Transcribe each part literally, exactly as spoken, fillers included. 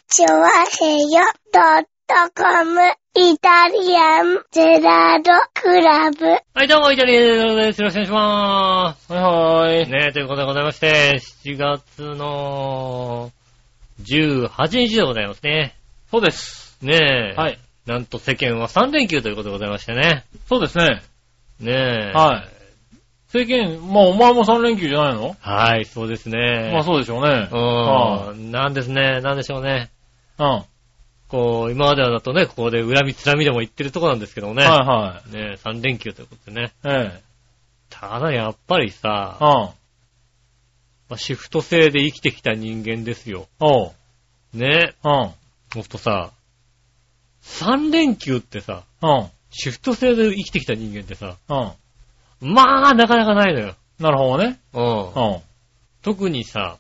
チョワヘヨドットコムイタリアンゼラードクラブ。 はい、どうも、イタリアンゼラードです。よろしくお願いしまーす。 はいはーい。 ねえ、ということでございまして、しちがつのじゅうはちにちでございますね。 そうです。 ねえ。 はい。 なんと世間はさんれんきゅうということでございましてね。 そうですね。 ねえ。 はい。世間、まあお前もさんれんきゅうじゃないの？ はい、そうですね。 まあそうでしょうね。 うん。はあ、なんですね、なんでしょうね。 うん。 こう、今まではだとね、ここで恨みつらみでも言ってるとこなんですけどもね。 はいはい。 ねえ、さんれんきゅうということでね。 ええ。 ただやっぱりさ、 うん。まあ、シフト制で生きてきた人間ですよ。 おう。 ね。 うん。 ほんとさ、さんれんきゅうってさ、 うん。 シフト制で生きてきた人間ってさ、 うん。 まあ、なかなかないのよ。 なるほどね。 うん。 うん。 特にさ、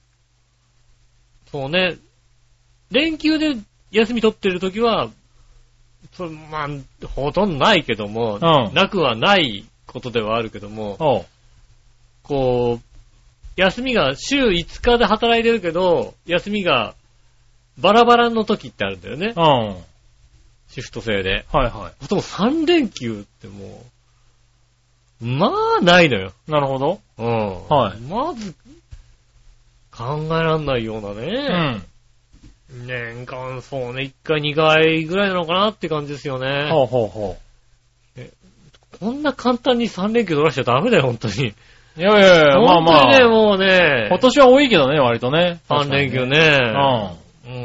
そうね、連休で休み取ってるときは、そまあ、ほとんどないけども、 うん。 なくはないことではあるけども、 おう。 こう、休みが週いつかで働いてるけど、休みがバラバラの時ってあるんだよね。 うん。 シフト制で。 はいはあとさんれんきゅうってもう、まあ、ないのよ。 い。なるほど。 うん。 はいまず、考えらんないようなうね。 ん。 年間、そうね、いっかいにかいぐらいなのかなって感じですよね。 ほうほうほこんな簡単にさんれんきゅう取らしちゃダメだよ、本当に。 う。いやいやいや、まあまあ。 本当にね、もうね。 今年は多いけどね、割とね。 さんれんきゅうね。 うん。 うん。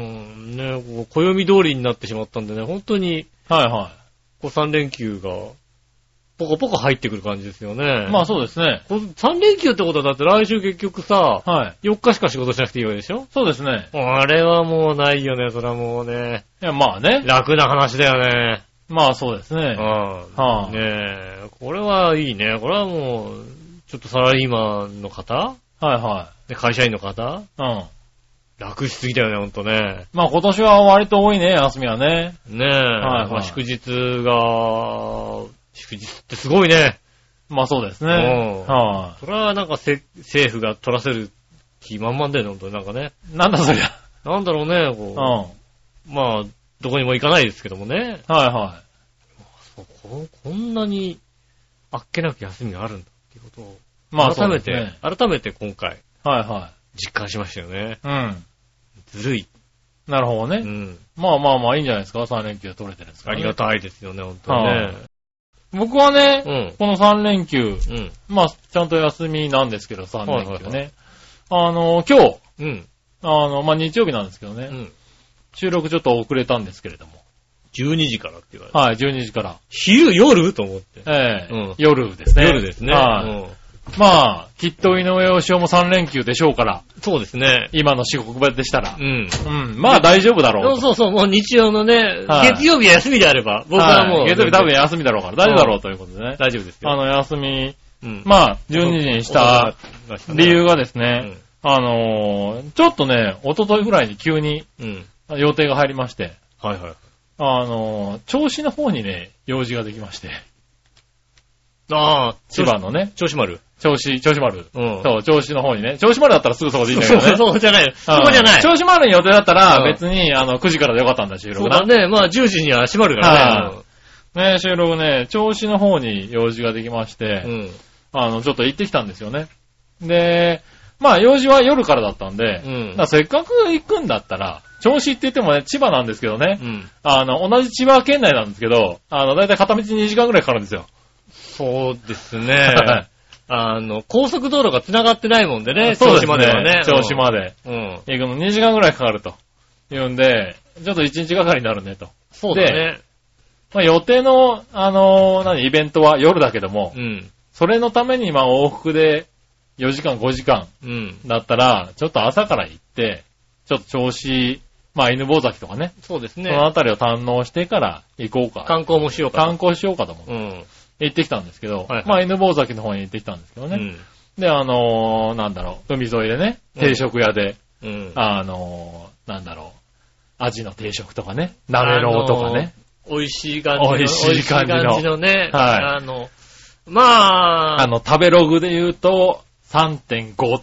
ね、こう暦通りになってしまったんでね、本当に、 はいはこうさんれんきゅうが、ポコポコ入ってくる感じですよね。 い。まあそうですね。 さんれんきゅうってことはだって来週結局さ、 はい。 よっかしか仕事しなくていいわけでしょ？ そうですね。 あれはもうないよね、それはもうね。 いや、まあね。 楽な話だよね。 まあそうですね。 うん。 はあ、 ねえ、これはいいね。これはもう、ちょっとサラリーマンの方はいはで会社員の方い。うん。 楽しすぎだよね、ほんとね。 まあ今年は割と多いね、休みはね。 ねえ。 はいはいまあ、祝日が、祝日ってすごいね。 まあそうですね。 うん。 はそれはなんかせ政府が取らせる気満々だよね、ほんとになんかね。 い。なんだそりゃ。 なんだろうね、 うん。 こはう。まあ、どこにも行かないですけどもね。 いはそうここんなに、あっけなく休みがあるんだっていうことを、 まあ改めて、 そうですね改めて今回、 い。はいは実感しましたよね。 い。うん。 ずるい。 なるほどね。 うん。 まあまあまあいいんじゃないですか、さんれんきゅう取れてるんですからね。 ありがたいですよね、ほんとにね。 僕はね、 うん。 このさんれんきゅう、 うん。 まあちゃんと休みなんですけど、さんれんきゅうはいはいはね。あの、今日、 うん。 あの、まあ日曜日なんですけどね、 うん。 収録ちょっと遅れたんですけれども。 じゅうにじからって言われて。 はい、じゅうにじから。 昼、夜と思って。 ええうん夜ですね。 夜ですね。 はい。 うん。 まあ、きっと井上義雄もさんれんきゅうでしょうから、 そうですね。 今の四国場でしたらう。ん。 うん、まあ大丈夫だろうと。 そうそうそう、もう日曜のね、 はい月曜日は休みであれば、僕はもう、 い月曜日多分休みだろうから、大丈夫だろうということでね。 大丈夫ですよ。 あの、休み、 うん。 まあ、じゅうにじにした理由がですうね、 ん。 あのー、ちょっとね、一昨日ぐらいに急にうん。 予定が入りまして、 はいはい。 あのー、銚子の方にね、用事ができまして、 ああ、 千葉のね、 銚子丸。 銚子、銚子丸。 うん。 そう、銚子の方にね、銚子丸だったらすぐそこでいいんだけどね。 そう、そうじゃない。そこじゃない。 銚子丸に予定だったらうん別に、あの、くじからでよかったんだ、収そ録な。 うだね。まあ、じゅうじには閉まるからね。 ね、収録ね、銚子の方に用事ができまして、 うん。 あの、ちょっと行ってきたんですよね。で、まあ、用事は夜からだったんで、 うんだからせっかく行くんだったら、銚子って言ってもね、千葉なんですけどね、 うん。 あの、同じ千葉県内なんですけど、あの、だいたい片道にじかんぐらいかかるんですよ。 そうですね。あの、高速道路が繋がってないもんでね、 そうですね銚子まではね。 銚子まで。 うん。 行くのにじかんぐらいかかると。言うんで、ちょっといちにちがかりになるねと。 そうだね。 まあ、予定の、あのー何、イベントは夜だけども、 うん。 それのためにまあ往復でよじかんごじかうん。 んだったら、ちょっと朝から行って、ちょっと銚子、まあ犬坊崎とかね、 そうですね。 そのあたりを堪能してから行こうか。 観光もしようか。 観光しようかと思ってうん。 行ってきたんですけど、 はいはいまあ犬坊崎の方に行ってきたんですけどね。 うん。 で、あのーなんだろう、海沿いでね、定食屋で、 うん。 あのーなんだろう、アジの定食とかね、なめろうとかね。 美味しい感じの。 美味しい感じの美味しい感じのね。 はいあの、まあ、 あの、食べログで言うと、さんてんご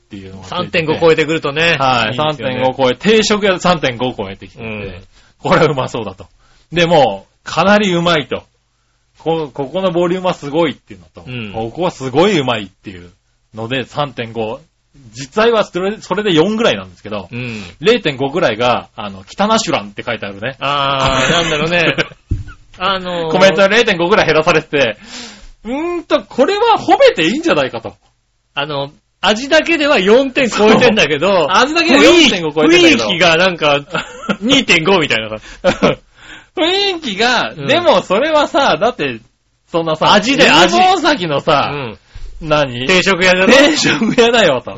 っていうのが。 さんてんご 超えてくるとね。 はい、さんてんご 超え、定食屋で さんてんご 超えてきてて、うん、これはうまそうだと。でも、かなりうまいと。こ、ここのボリュームはすごいっていうのと、うん、ここはすごいうまいっていうので さんてんご。実際はそれ、それでよんぐらいなんですけど、うん、れいてんご ぐらいが、あの、北ナシュランって書いてあるね。 あー、なんだろうね。あのー、 コメントで れいてんご ぐらい減らされてて、うーんと、これは褒めていいんじゃないかと。 あの、味だけではよんてん超えてんだけど、 味だけでは よんてんご 超えてんだけど、 雰囲気がなんか にてんご みたいな。 雰囲気が、うん、でもそれはさ、だって、そんなさ、 味で味。 大崎のさ、うん何定食屋だろ定食屋だよと。うん。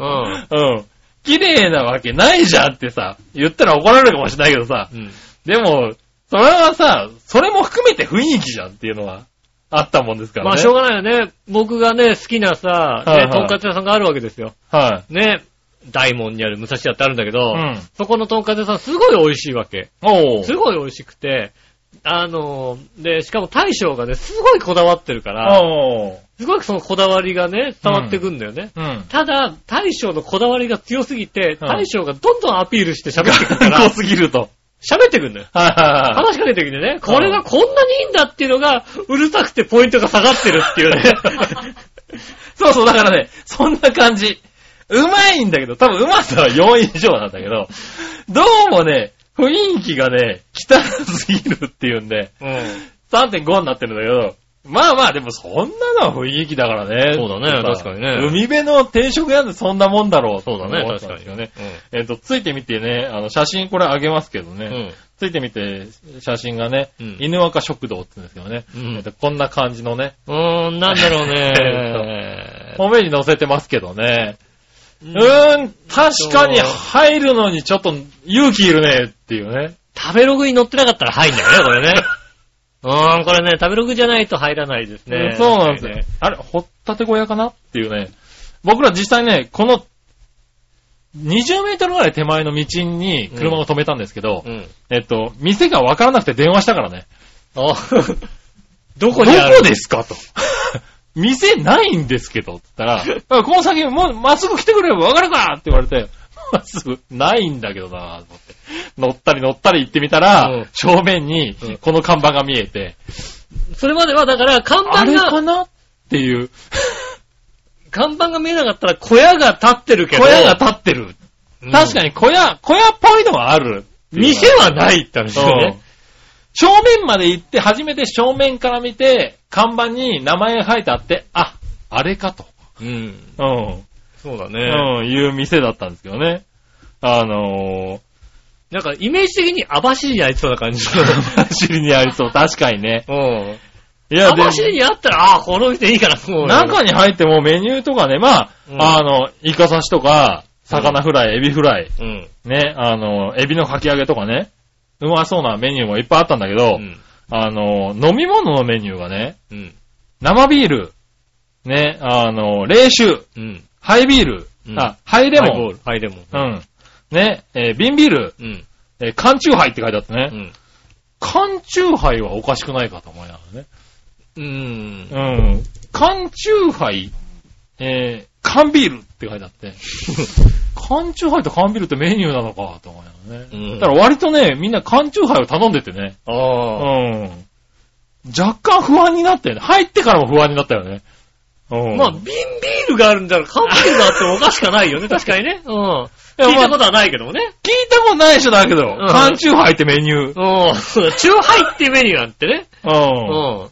うん。綺麗なわけないじゃんってさ、言ったら怒られるかもしれないけどさ、うん、でも、それはさ、それも含めて雰囲気じゃんっていうのはあったもんですからね。 まあしょうがないよね。僕がね、好きなさ、はいはい、ね、とんかつ屋さんがあるわけですよ。はい。ね、大門にある武蔵屋ってあるんだけど、うん、そこのとんかつ屋さんすごい美味しいわけ。おすごい美味しくて、あの、で、しかも大将がね、すごいこだわってるから、すごくそのこだわりがね、伝わってくんだよね。うんうん、ただ、大将のこだわりが強すぎて、うん、大将がどんどんアピールして喋ってくるから、 強すぎると。 喋ってくんだよ。話しかけてきてね、これがこんなにいいんだっていうのが、うるさくてポイントが下がってるっていうね。 そうそう、だからね、そんな感じ。うまいんだけど、多分うまさはよん以上なんだけど、どうもね、雰囲気がね、汚すぎるっていうんで、うん、さんてんご になってるんだけど、まあまあでもそんなのは雰囲気だからね。 そうだね、確かにね。 海辺の定食屋でそんなもんだろう。 そうだね、確かにね。 うん、えっ、ー、と、ついてみてね、あの、写真これあげますけどね。うん、ついてみて、写真がね、うん、犬若食堂って言うんですけどね。うん、えーと、こんな感じのね。 うーん、なんだろうね。 えーと、ホームページ載せてますけどね。うーん、確かに入るのにちょっと勇気いるねっていうね。 食べログに載ってなかったら入んだよね、これね。うーん、これね、食べログじゃないと入らないですね。 そうなんですね。あれ、ほったて小屋かなっていうね。僕ら実際ね、このにじゅうメートルぐらい手前の道に車を止めたんですけど、うんうん、えっと、店がわからなくて電話したからね。あどこにあるどこですかと。店ないんですけど、って言ったら、この先もうまっすぐ来てくれればわかるかって言われて、まっすぐないんだけどなぁ、と思って。乗ったり乗ったり行ってみたら、うん、正面にこの看板が見えて、 うん、それまではだから看板が、あれかなっていう。 看板が見えなかったら小屋が立ってるけど。 小屋が立ってる。うん、確かに小屋、小屋っぽいのはある。 店はないって話だよね。 正面まで行って初めて正面から見て、看板に名前が書いてあって、あ、あれかと。うん。うん。 そうだね。 うん、いう店だったんですけどね。あのー、 なんかイメージ的に網走にありそうな感じ。 網走にありそう。確かにね。うん。 いや、網走にあったら、ああ、この店いいから、もう。 中に入ってもメニューとかね、まあ、うん、あの、イカ刺しとか、魚フライ、うん、エビフライ、うん、ね、あの、エビのかき揚げとかね、うまそうなメニューもいっぱいあったんだけど、うん、あの、飲み物のメニューがね、うん、生ビール、ね、あの、冷酒、うん、ハイビール、うん、あ、ハイレモン。ハイボール、 ハイレモン。 うん。ね、えー、瓶ビール、うん、えー、缶チューハイって書いてあってね、うん、缶チューハイはおかしくないかと思いながらね。うーん。うん。缶チューハイ、えー、缶ビールって書いてあって、缶チューハイと缶ビールってメニューなのかと思いながらね。うん、だから割とね、みんな缶チューハイを頼んでてね。ああ。うん。若干不安になったよね。入ってからも不安になったよね。 うん。まあ、瓶ビールがあるんだから缶ビールがあってもおかしくないよね、確かにね。うん。聞いたことはないけどもね。 聞いたことない人だけど、うん、缶チューハイってメニュー。うん。 チューハイってメニューなんてね。うん。うん。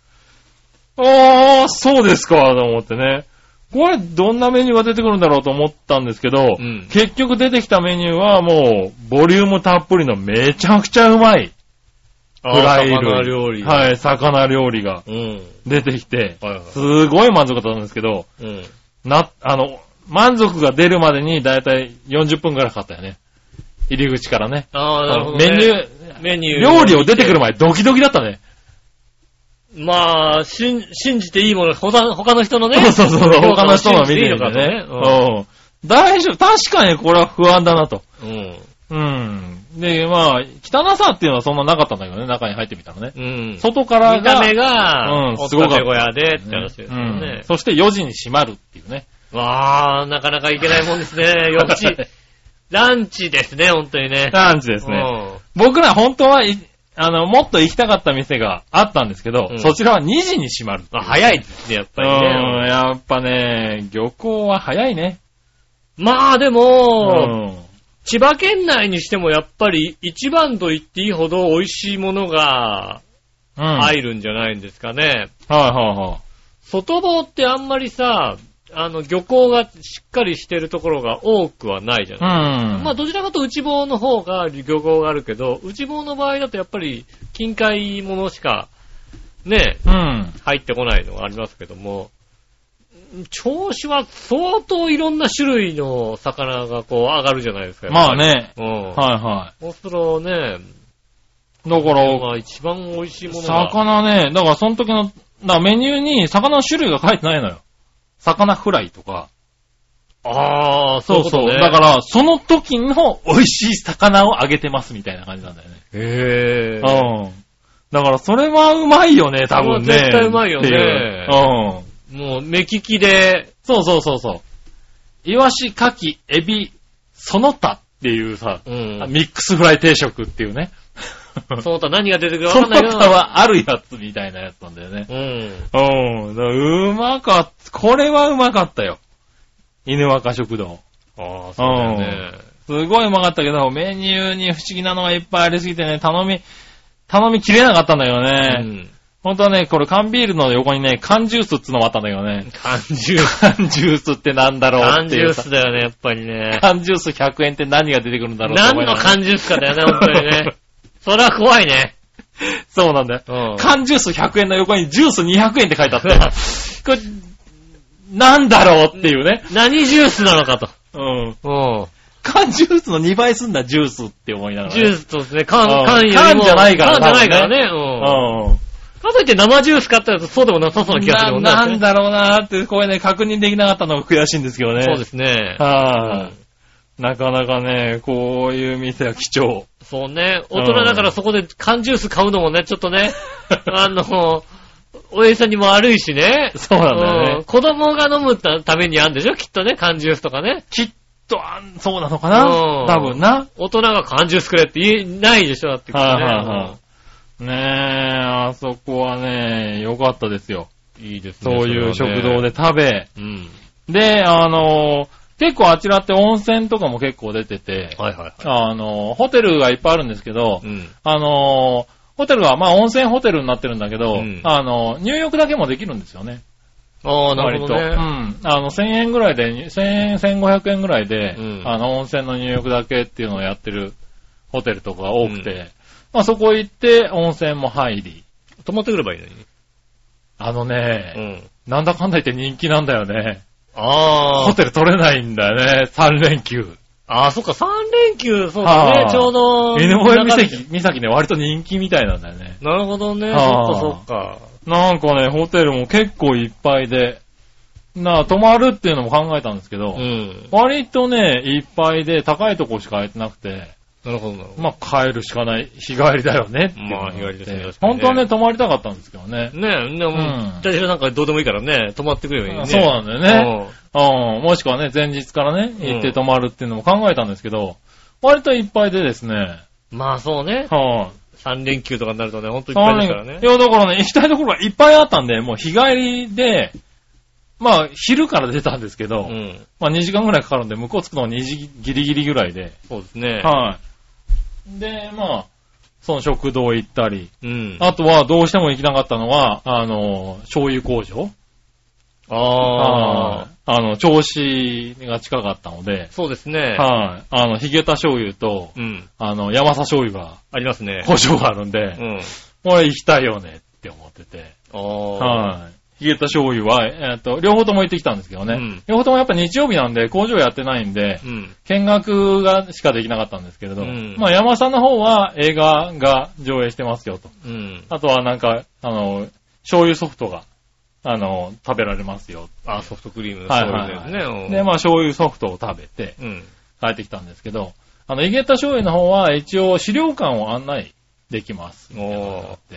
ああ、そうですか、と思ってね。これ、どんなメニューが出てくるんだろうと思ったんですけど、うん、結局出てきたメニューはもう、ボリュームたっぷりのめちゃくちゃうまい。フライ類。魚料理。はい、魚料理が出てきて、うん、すごい満足だったんですけど、うん、な、あの、満足が出るまでにだいたいよんじゅっぷんくらいかかったよね。入り口からね。 ああ、なるほど、ね。 メニュー、メニュー。料理を出てくる前、ドキドキだったね。 まあ、しん、信じていいもの、他の人のね。 そうそうそう、他の人の見てるのね。うん。大丈夫。確かにこれは不安だなと。うん。うん。で、まあ、汚さっていうのはそんななかったんだけどね、中に入ってみたらね。うん。外からが。 見た目が、うん、すごかった。小屋でって話ですよね、 うん。そしてよじに閉まるっていうね。 わー、なかなか行けないもんですね。よっち。ランチですね、本当にね。 ランチですね。僕ら本当は、あの、もっと行きたかった店があったんですけど、うん、そちらはにじに閉まる。 あ、早いですね、やっぱりね。 うん、やっぱね、漁港は早いね。 まあでも、うん、千葉県内にしてもやっぱり一番と言っていいほど美味しいものが入るんじゃないんですかね。 うん、はいはいはい。 外房ってあんまりさ、あの、漁港がしっかりしてるところが多くはないじゃないですか。うん、まあ、どちらかと内房の方が漁港があるけど、内房の場合だとやっぱり近海ものしか、ね、うん、入ってこないのがありますけども、銚子は相当いろんな種類の魚がこう上がるじゃないですか。 まあね。 うん。 はいはい。 そうするとね、 だから、 まあ一番美味しいものが。 魚ね、だからその時の、だからメニューに魚の種類が書いてないのよ。魚フライとか。 ああ、そうそう、ね。 だから、その時の美味しい魚を揚げてますみたいな感じなんだよね。 へえ。 うん。だから、それはうまいよね、多分ね。 絶対うまいよね。うん。もう、目利きで。 そうそうそうそう。イワシ、カキ、エビ、その他っていうさ、うん、ミックスフライ定食っていうね。 その他何が出てくるかわかんないけど。 その他はあるやつみたいなやつなんだよね。うん。うん。だうまかった。これはうまかったよ。犬若食堂。 ああ、そうだよね。 すごいうまかったけど、メニューに不思議なのがいっぱいありすぎてね、頼み、頼みきれなかったんだよね。うん。本当はね、これ缶ビールの横にね、缶ジュースってのもあったんだけどね。 缶ジュース缶ジュースってなんだろうっていう。 缶ジュースだよね、やっぱりね。 缶ジュースひゃくえんって何が出てくるんだろうって思いながら。何の缶ジュースかだよね、本当にね。それは怖いね。 そうなんだよ、うん。缶ジュースひゃくえんの横にジュースにひゃくえんって書いてあって。これ、なんだろうっていうね。 何ジュースなのかと。 うん。うん。缶ジュースのにばいすんだ、ジュースって思いながら、ね。 ジュースとですね、缶、缶よりも。 缶じゃないからね。缶じゃないからね。うん。うん。かといって生ジュース買ったらそうでもなさそうな気がするもんね。 な、なんだろうなーって、これね、確認できなかったのが悔しいんですけどね。 そうですね。 はい、うん。なかなかね、こういう店は貴重。 そうね。大人だからそこで缶ジュース買うのもね、ちょっとね、あの、おやじさんにも悪いしね。 そうなんだよね。 うん、子供が飲むためにあるんでしょきっとね、缶ジュースとかね。 きっと、あそうなのかな、うん、多分な。 大人が缶ジュースくれって言えないでしょだってきっとね。はいはいはい、 ねえ、あそこはね、良かったですよ。 いいですね。 そういう食堂で食べ。 うん、 で、あのー、結構あちらって温泉とかも結構出てて、 はいはいはい、 あのー、ホテルがいっぱいあるんですけど、うん、あのー、ホテルは、まあ温泉ホテルになってるんだけど、うん、あの、入浴だけもできるんですよね。 ああ、なるほどね。 うん。あの、せんえんぐらいで、せんえん、せんごひゃくえんぐらいで、うん、あの、温泉の入浴だけっていうのをやってるホテルとかが多くて、うん、まあそこ行って温泉も入り。 泊まってくればいいのに。 あのね、うん、なんだかんだ言って人気なんだよね。 ああ。 ホテル取れないんだよね、さん連休。 ああ、そっか、さん連休、そうだね、ちょうど。 犬吠岬ね、割と人気みたいなんだよね。 なるほどね、そっかそっか。 なんかね、ホテルも結構いっぱいで、なあ、泊まるっていうのも考えたんですけど、うん、割とね、いっぱいで高いとこしか空いてなくて、 なるほどなるほど。 まあ、帰るしかない、日帰りだよねっていう。 まあ、日帰りですね。 本当はね、泊まりたかったんですけどね。 ねえ、でも、うん、私はなんかどうでもいいからね、泊まってくればいいね。 そうなんだよね。うん。もしくはね、前日からね、行って泊まるっていうのも考えたんですけど、割といっぱいでですね。 まあそうね。 はい、 さん連休とかになるとね、ほんといっぱいですからね。 いや、だからね、行きたいところがいっぱいあったんで、もう日帰りで、まあ、昼から出たんですけど、うん、まあにじかんぐらいかかるんで、向こう着くのはにじギリギリぐらいで。 そうですね。 はい。で、まあ、その食堂行ったり、 うん、 あとはどうしても行きなかったのは、あの、醤油工場ああ。 あの、銚子が近かったので。 そうですね。 はい。あの、ヒゲタ醤油と、うん、あの、山佐醤油が。 ありますね。 工場があるんで、うん。これ行きたいよねって思ってて。 ああ。 はい。ヒゲタ醤油は、えっと、両方とも行ってきたんですけどね。うん、両方ともやっぱ日曜日なんで工場やってないんで、うん、見学がしかできなかったんですけれど、うん、まあ山佐の方は映画が上映してますよと。 うん、 あとはなんか、あの、醤油ソフトが、あの、食べられますよ。 あ、ソフトクリームの醤油ですね。はいはいはい、で、まあ醤油ソフトを食べて、うん、帰ってきたんですけど、あの、ヒゲタ醤油の方は一応資料館を案内できます。 おー。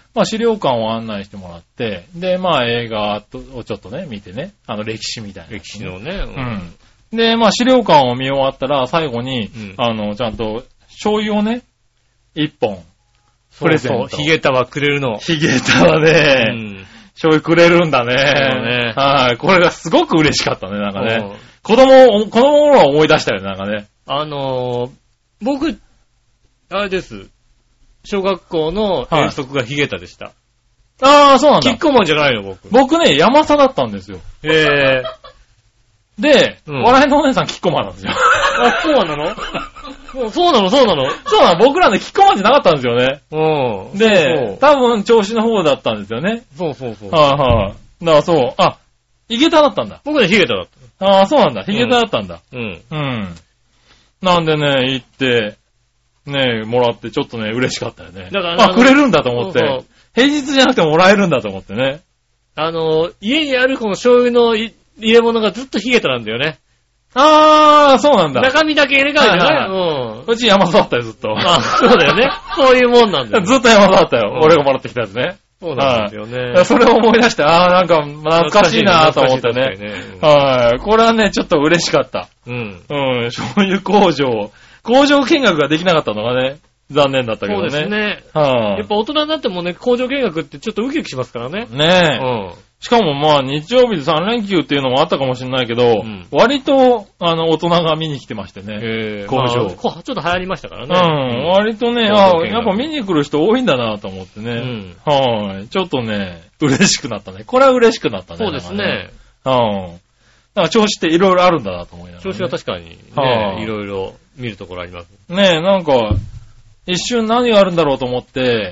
まあ資料館を案内してもらって、で、まあ映画をちょっとね、見てね、あの歴史みたいな、ね。 歴史のね。 うん。で、まあ資料館を見終わったら、最後に、うん、あの、ちゃんと、醤油をね、一本、プレゼント。 そうそう、ヒゲタはくれるの。 ヒゲタはね、うん、醤油くれるんだね。ねはい。これがすごく嬉しかったね、なんかね。子供、子供の頃は思い出したよね、なんかね。 あのー、僕、あれです。小学校の遠足がヒゲタでした。はい、 ああ、そうなんだ。 キッコーマンじゃないの、僕。 僕ね、山佐だったんですよ。 へえ。 で、うん、笑いのお姉さんキッコーマンなんですよ。 あ、そうなのそうなの、そうなのそうなの、僕らね、キッコーマンじゃなかったんですよね。 うん。 で、そうそう多分、調子の方だったんですよね。 そうそうそう。 はい、はい、だからそう、あ、ヒゲタだったんだ。 僕ね、ヒゲタだった。 ああ、そうなんだ。ヒゲタだったんだ。 うん。 うん。なんでね、行って、ね、もらってちょっとね、嬉しかったよね。だからあ、くれるんだと思って。そうそう平日じゃなくてもらえるんだと思ってね。 あの、家にあるこの醤油の入れ物がずっとヒゲタなんだよね。 あー、そうなんだ。 中身だけ入れ替えてね。 はい、うん。うち山田だったよ、ずっと。 あ、そうだよね。そういうもんなんだよ。 ずっと山田だったよ。うん、俺がもらってきたやつね。 そうなんですよね。 はい、それを思い出して、あー、なんか懐かしいなーと思ってね。ねうん、はい。これはね、ちょっと嬉しかった。うん。うん。醤油工場。工場見学ができなかったのがね、残念だったけどね。 そうですね。はい、やっぱ大人になってもね、工場見学ってちょっとウキウキしますからね。 ねえ。うん。しかもまあ日曜日でさん連休っていうのもあったかもしれないけど、うん、割とあの大人が見に来てましてね。 へ工場、まあ。 ちょっと流行りましたからね。 うん。割とね、あやっぱ見に来る人多いんだなと思ってね。うん。はい。ちょっとね、嬉しくなったね。これは嬉しくなったね。 そうですね。 うん。だから調子っていろいろあるんだなと思いながら、ね。 調子は確かにね、いろいろ見るところあります。 ねえ、なんか、一瞬何があるんだろうと思って、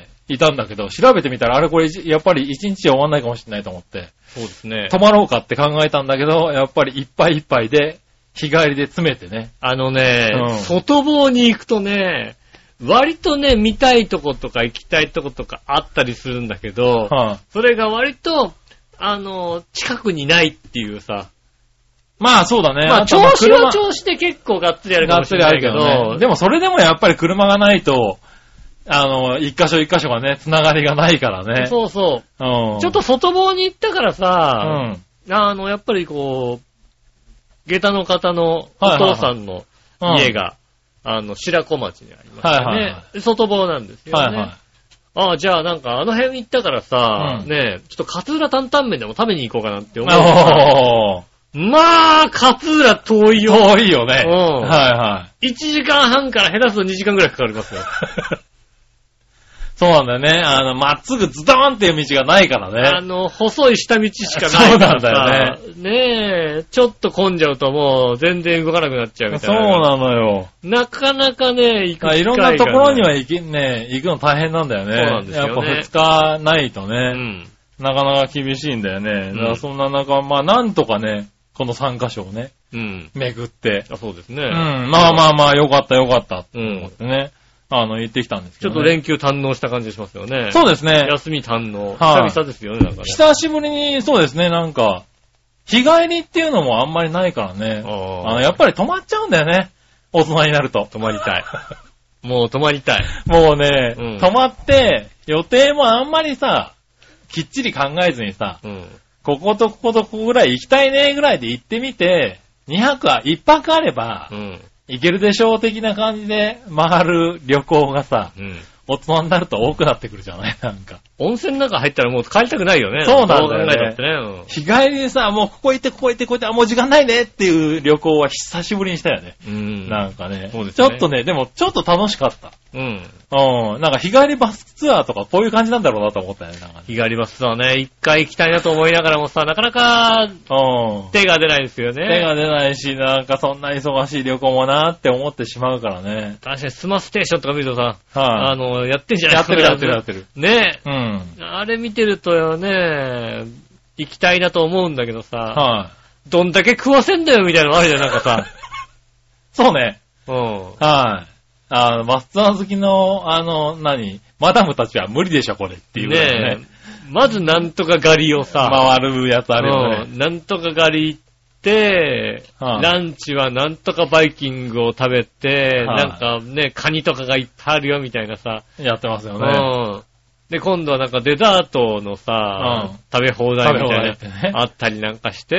いたんだけど、調べてみたら、あれこれ、やっぱり一日じゃ終わんないかもしれないと思って。 そうですね。 泊まろうかって考えたんだけど、やっぱりいっぱいいっぱいで、日帰りで詰めてね。 あのね、うん、外房に行くとね、割とね、見たいとことか行きたいとことかあったりするんだけど、はあ、それが割と、あの、近くにないっていうさ。 まあそうだね。 まあ調子は調子で結構がっつりやるかもしれないけど、がっつりあるけどね、 でもそれでもやっぱり車がないと、あの、一箇所一箇所がね、つながりがないからね。 そうそう。うん、ちょっと外房に行ったからさ、うん、あの、やっぱりこう、下駄の方のお父さんの家が、あの、白子町にありますね、はいはいはい。外房なんですよね。はいはい、ああ、じゃあなんかあの辺行ったからさ、うん、ね、ちょっと勝浦担々麺でも食べに行こうかなって思う。まあ、勝浦遠いよ。 遠いよね。うん。はいはい。 いちじかんはんから下手するとにじかんぐらいかかりますよ。 そうなんだよね。あの、まっすぐズドーンっていう道がないからね。 あの、細い下道しかないからさ。 そうなんだよね。 ねえ、ちょっと混んじゃうともう全然動かなくなっちゃうみたいな。 そうなのよ。 なかなかね、行く機会が、ね、 いろんなところには行き、ね、行くの大変なんだよね。 そうなんですよね。 やっぱふつかないとね、うん、なかなか厳しいんだよね。だからそんな中、まあなんとかね、このさんカ所をね、うん、巡って。 あ、そうですね。 うん、まあまあまあ、よかったよかったって思ってね。うん、あの、行ってきたんですけど、ね。 ちょっと連休堪能した感じしますよね。 そうですね。 休み堪能。久々ですよね、なんかね。 久しぶりに、そうですね、なんか、日帰りっていうのもあんまりないからね。あの、やっぱり泊まっちゃうんだよね。大人になると。 泊まりたい。もう泊まりたい。 もうね、うん、泊まって、予定もあんまりさ、きっちり考えずにさ、うん、こことこことここぐらい行きたいねぐらいで行ってみて、にはくはいっぱくあれば、うん、行けるでしょう的な感じで回る旅行がさ、うん、大人になると多くなってくるじゃないなんか。 温泉なんか入ったらもう帰りたくないよね。 そうなんだよね。 どう考えたってね、うん。 日帰りでさ、もうここ行ってここ行ってここ行って、あ、もう時間ないねっていう旅行は久しぶりにしたよね。うん。なんかね。そうですね。ちょっとね、でもちょっと楽しかった。うん。うん。なんか日帰りバスツアーとかこういう感じなんだろうなと思ったよね。なんかね日帰りバスツアーね、一回行きたいなと思いながらもさ、なかなか、うん。手が出ないですよね。 手が出ないし、なんかそんな忙しい旅行もなーって思ってしまうからね。 確かにスマステーションとか見るとさ、はい、あの、やってんじゃないですか。やってるやってるやってる。 ねえ。うん。あれ見てるとよね、行きたいなと思うんだけどさ、はい、どんだけ食わせんだよみたいなのあるじゃん、なんかさ。 そうね。 うん。 はい。あの、マスツアー好きの、あの、何マダムたちは無理でしょ、これっていうね。 ねえ。まずなんとか狩りをさ、 回るやつあるよね。 うん。なんとか狩り行って、はあ、ランチはなんとかバイキングを食べて、はあ、なんかね、カニとかがいっぱいあるよみたいなさ。 やってますよね。 で、今度はなんかデザートのさ、うん、食べ放題みたいな、ね、あったりなんかして、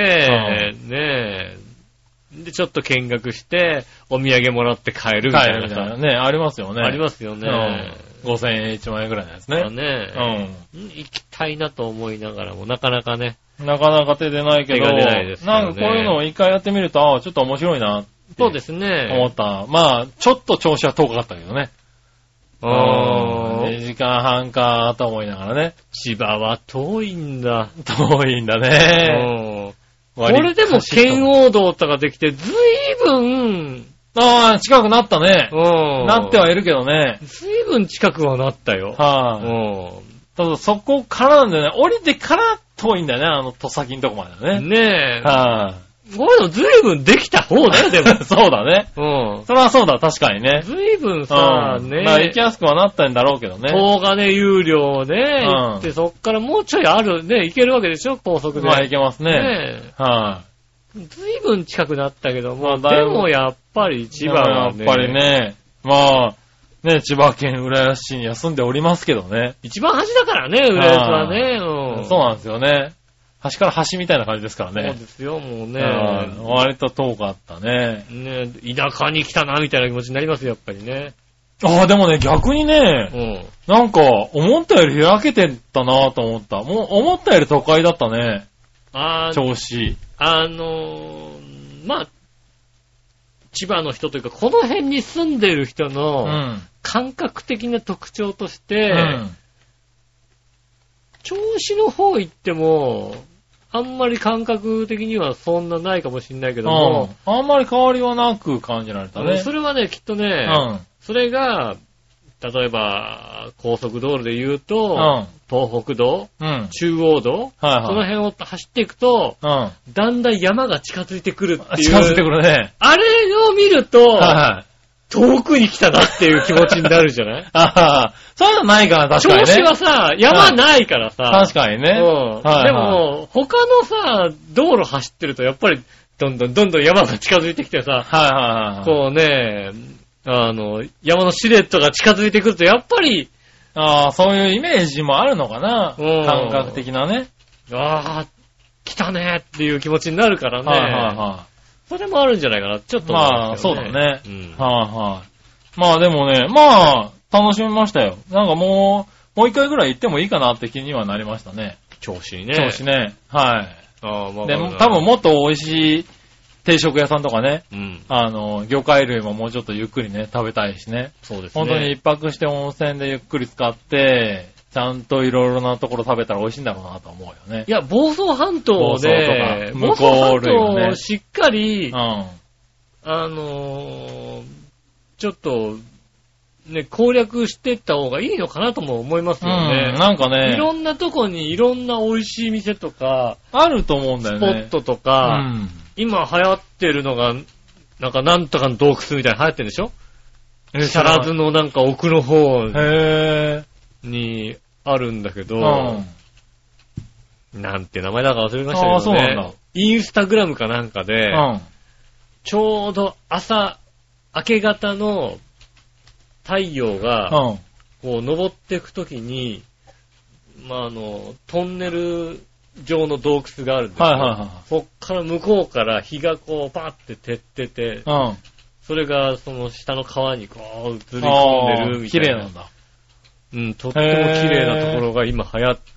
うん、ねえ。で、ちょっと見学して、お土産もらって帰るみたいなさ。帰るみたいなね、ありますよね。 ありますよね。 うん、ごせんえんいちまん円ぐらいのやつね。 だね。うん。行きたいなと思いながらも、なかなかね。 なかなか手出ないけど、 手が出ないですね。 なんかこういうのを一回やってみると、あちょっと面白いな。 そうですね。 思った。まあ、ちょっと調子は遠かったけどね。ああ。にじかんはんかと思いながらね。 千葉は遠いんだ。 遠いんだね。 これでも圏央道とかできて、ずいぶん、 ああ、近くなったね。うん。なってはいるけどね。 ずいぶん近くはなったよ。 はい、あ、うん。ただそこからなんだよね。降りてから遠いんだよね。あの、戸先のとこまでね。 ねえ。 はい、あ、 こういうのずいぶんできた方だよ、でも。 そうだね。うん。それはそうだ、確かにね。 ずいぶんさ、うん、ね。 まあ、行きやすくはなったんだろうけどね。 東金有料ね、うん、行って、そっからもうちょいある、ね、行けるわけでしょ、高速で。 まあ、行けますね。ねえ。はい、 あ、ずいぶん近くなったけども、まあ、でもやっぱり千葉はね。 やっぱりね、まあ、ね、千葉県浦安市には住んでおりますけどね。 一番端だからね、浦安はね。うん、 そうなんですよね。端から端みたいな感じですからね。 そうですよ、もうね。 割と遠かったね。 ね、田舎に来たな、みたいな気持ちになりますよ、やっぱりね。 ああ、でもね、逆にね、うん、なんか、思ったより開けてたなと思った。もう、思ったより都会だったね。ああ。調子。あのー、まあ、千葉の人というか、この辺に住んでる人の感覚的な特徴として、うん、銚子の方行っても、あんまり感覚的にはそんなないかもしれないけども、 うん、あんまり変わりはなく感じられたね。 それはね、きっとね、うん、それが、例えば、高速道路で言うと、うん、東北道、うん、中央道、はいはい、その辺を走っていくと、うん、だんだん山が近づいてくるっていう。 近づいてくるね。 あれを見ると、はいはい、遠くに来たなっていう気持ちになるじゃないああ、そういうのないから確かにね。 銚子はさ、山ないからさ。 はい、確かにね。うん。 はいはい、でも、他のさ、道路走ってるとやっぱり、どんどんどんどん山が近づいてきてさ、はいはいはい、こうね、あの、山のシルエットが近づいてくると、やっぱり、 ああ、そういうイメージもあるのかな。感覚的なね。 ああ、来たねっていう気持ちになるからね。はいはいはい。それもあるんじゃないかな、ちょっと思うんですけどね。まあ、そうだね。うん、はいはい。まあでもね、まあ、楽しみましたよ。なんかもう、もう一回ぐらい行ってもいいかなって気にはなりましたね。 調子ね。 調子ね。はい。ああ、まあ、でも多分もっと美味しい、定食屋さんとかね、うん、あの、魚介類ももうちょっとゆっくりね、食べたいしね。 そうですね。 本当に一泊して温泉でゆっくり使って、ちゃんといろいろなところ食べたら美味しいんだろうなと思うよね。 いや、房総半島で、 向こう類をね、 しっかり、うん、あのー、ちょっと、ね、攻略していった方がいいのかなとも思いますよね。 うん、なんかね、 いろんなとこにいろんな美味しい店とか、 あると思うんだよね。 スポットとか、うん、今流行ってるのが、なんかなんとかの洞窟みたいなの流行ってるんでしょ？木更津のなんか奥の方にあるんだけど、うん、なんて名前だか忘れましたけどね。あ、そうなんだ。インスタグラムかなんかで、うん、ちょうど朝、明け方の太陽が、こう昇っていくときに、まあ、あの、トンネル状の洞窟があるんですよ。はいはいはい。そっから向こうから日がこうパーって照ってて、うん、それがその下の川にこう映り込んでるみたいな。 綺麗なんだ。 うん、とっても綺麗なところが今流行って、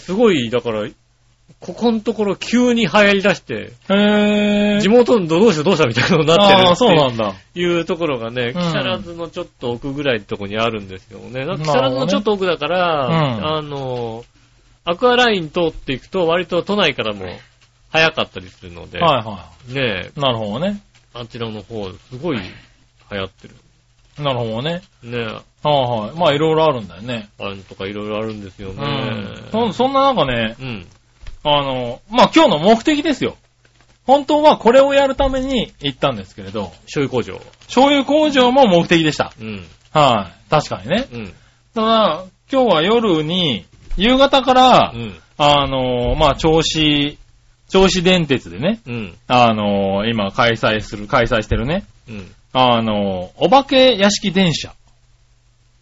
すごい、だから、ここのところ急に流行り出して、へー、地元のどうしたどうしたみたいなのになってるって。ああ、そうなんだ。いうところがね、木更津のちょっと奥ぐらいのところにあるんですよね。木更津のちょっと奥だから、うん、あの、アクアライン通っていくと割と都内からも早かったりするので、はいはい。ねえ。 なるほどね。 あちらの方、すごい流行ってる。 なるほどね。 ねえ。 はいはい。まあいろいろあるんだよね。 あれとかいろいろあるんですよね。 うん。そ, そんな中ね、うん。あの、まあ今日の目的ですよ。本当はこれをやるために行ったんですけれど。 醤油工場。 醤油工場も目的でした。うん。はい。確かにね。うん。ただ、今日は夜に、夕方から、うん、あの、まあ、銚子、銚子電鉄でね、うん、あの、今開催する、開催してるね、うん、あの、お化け屋敷電車。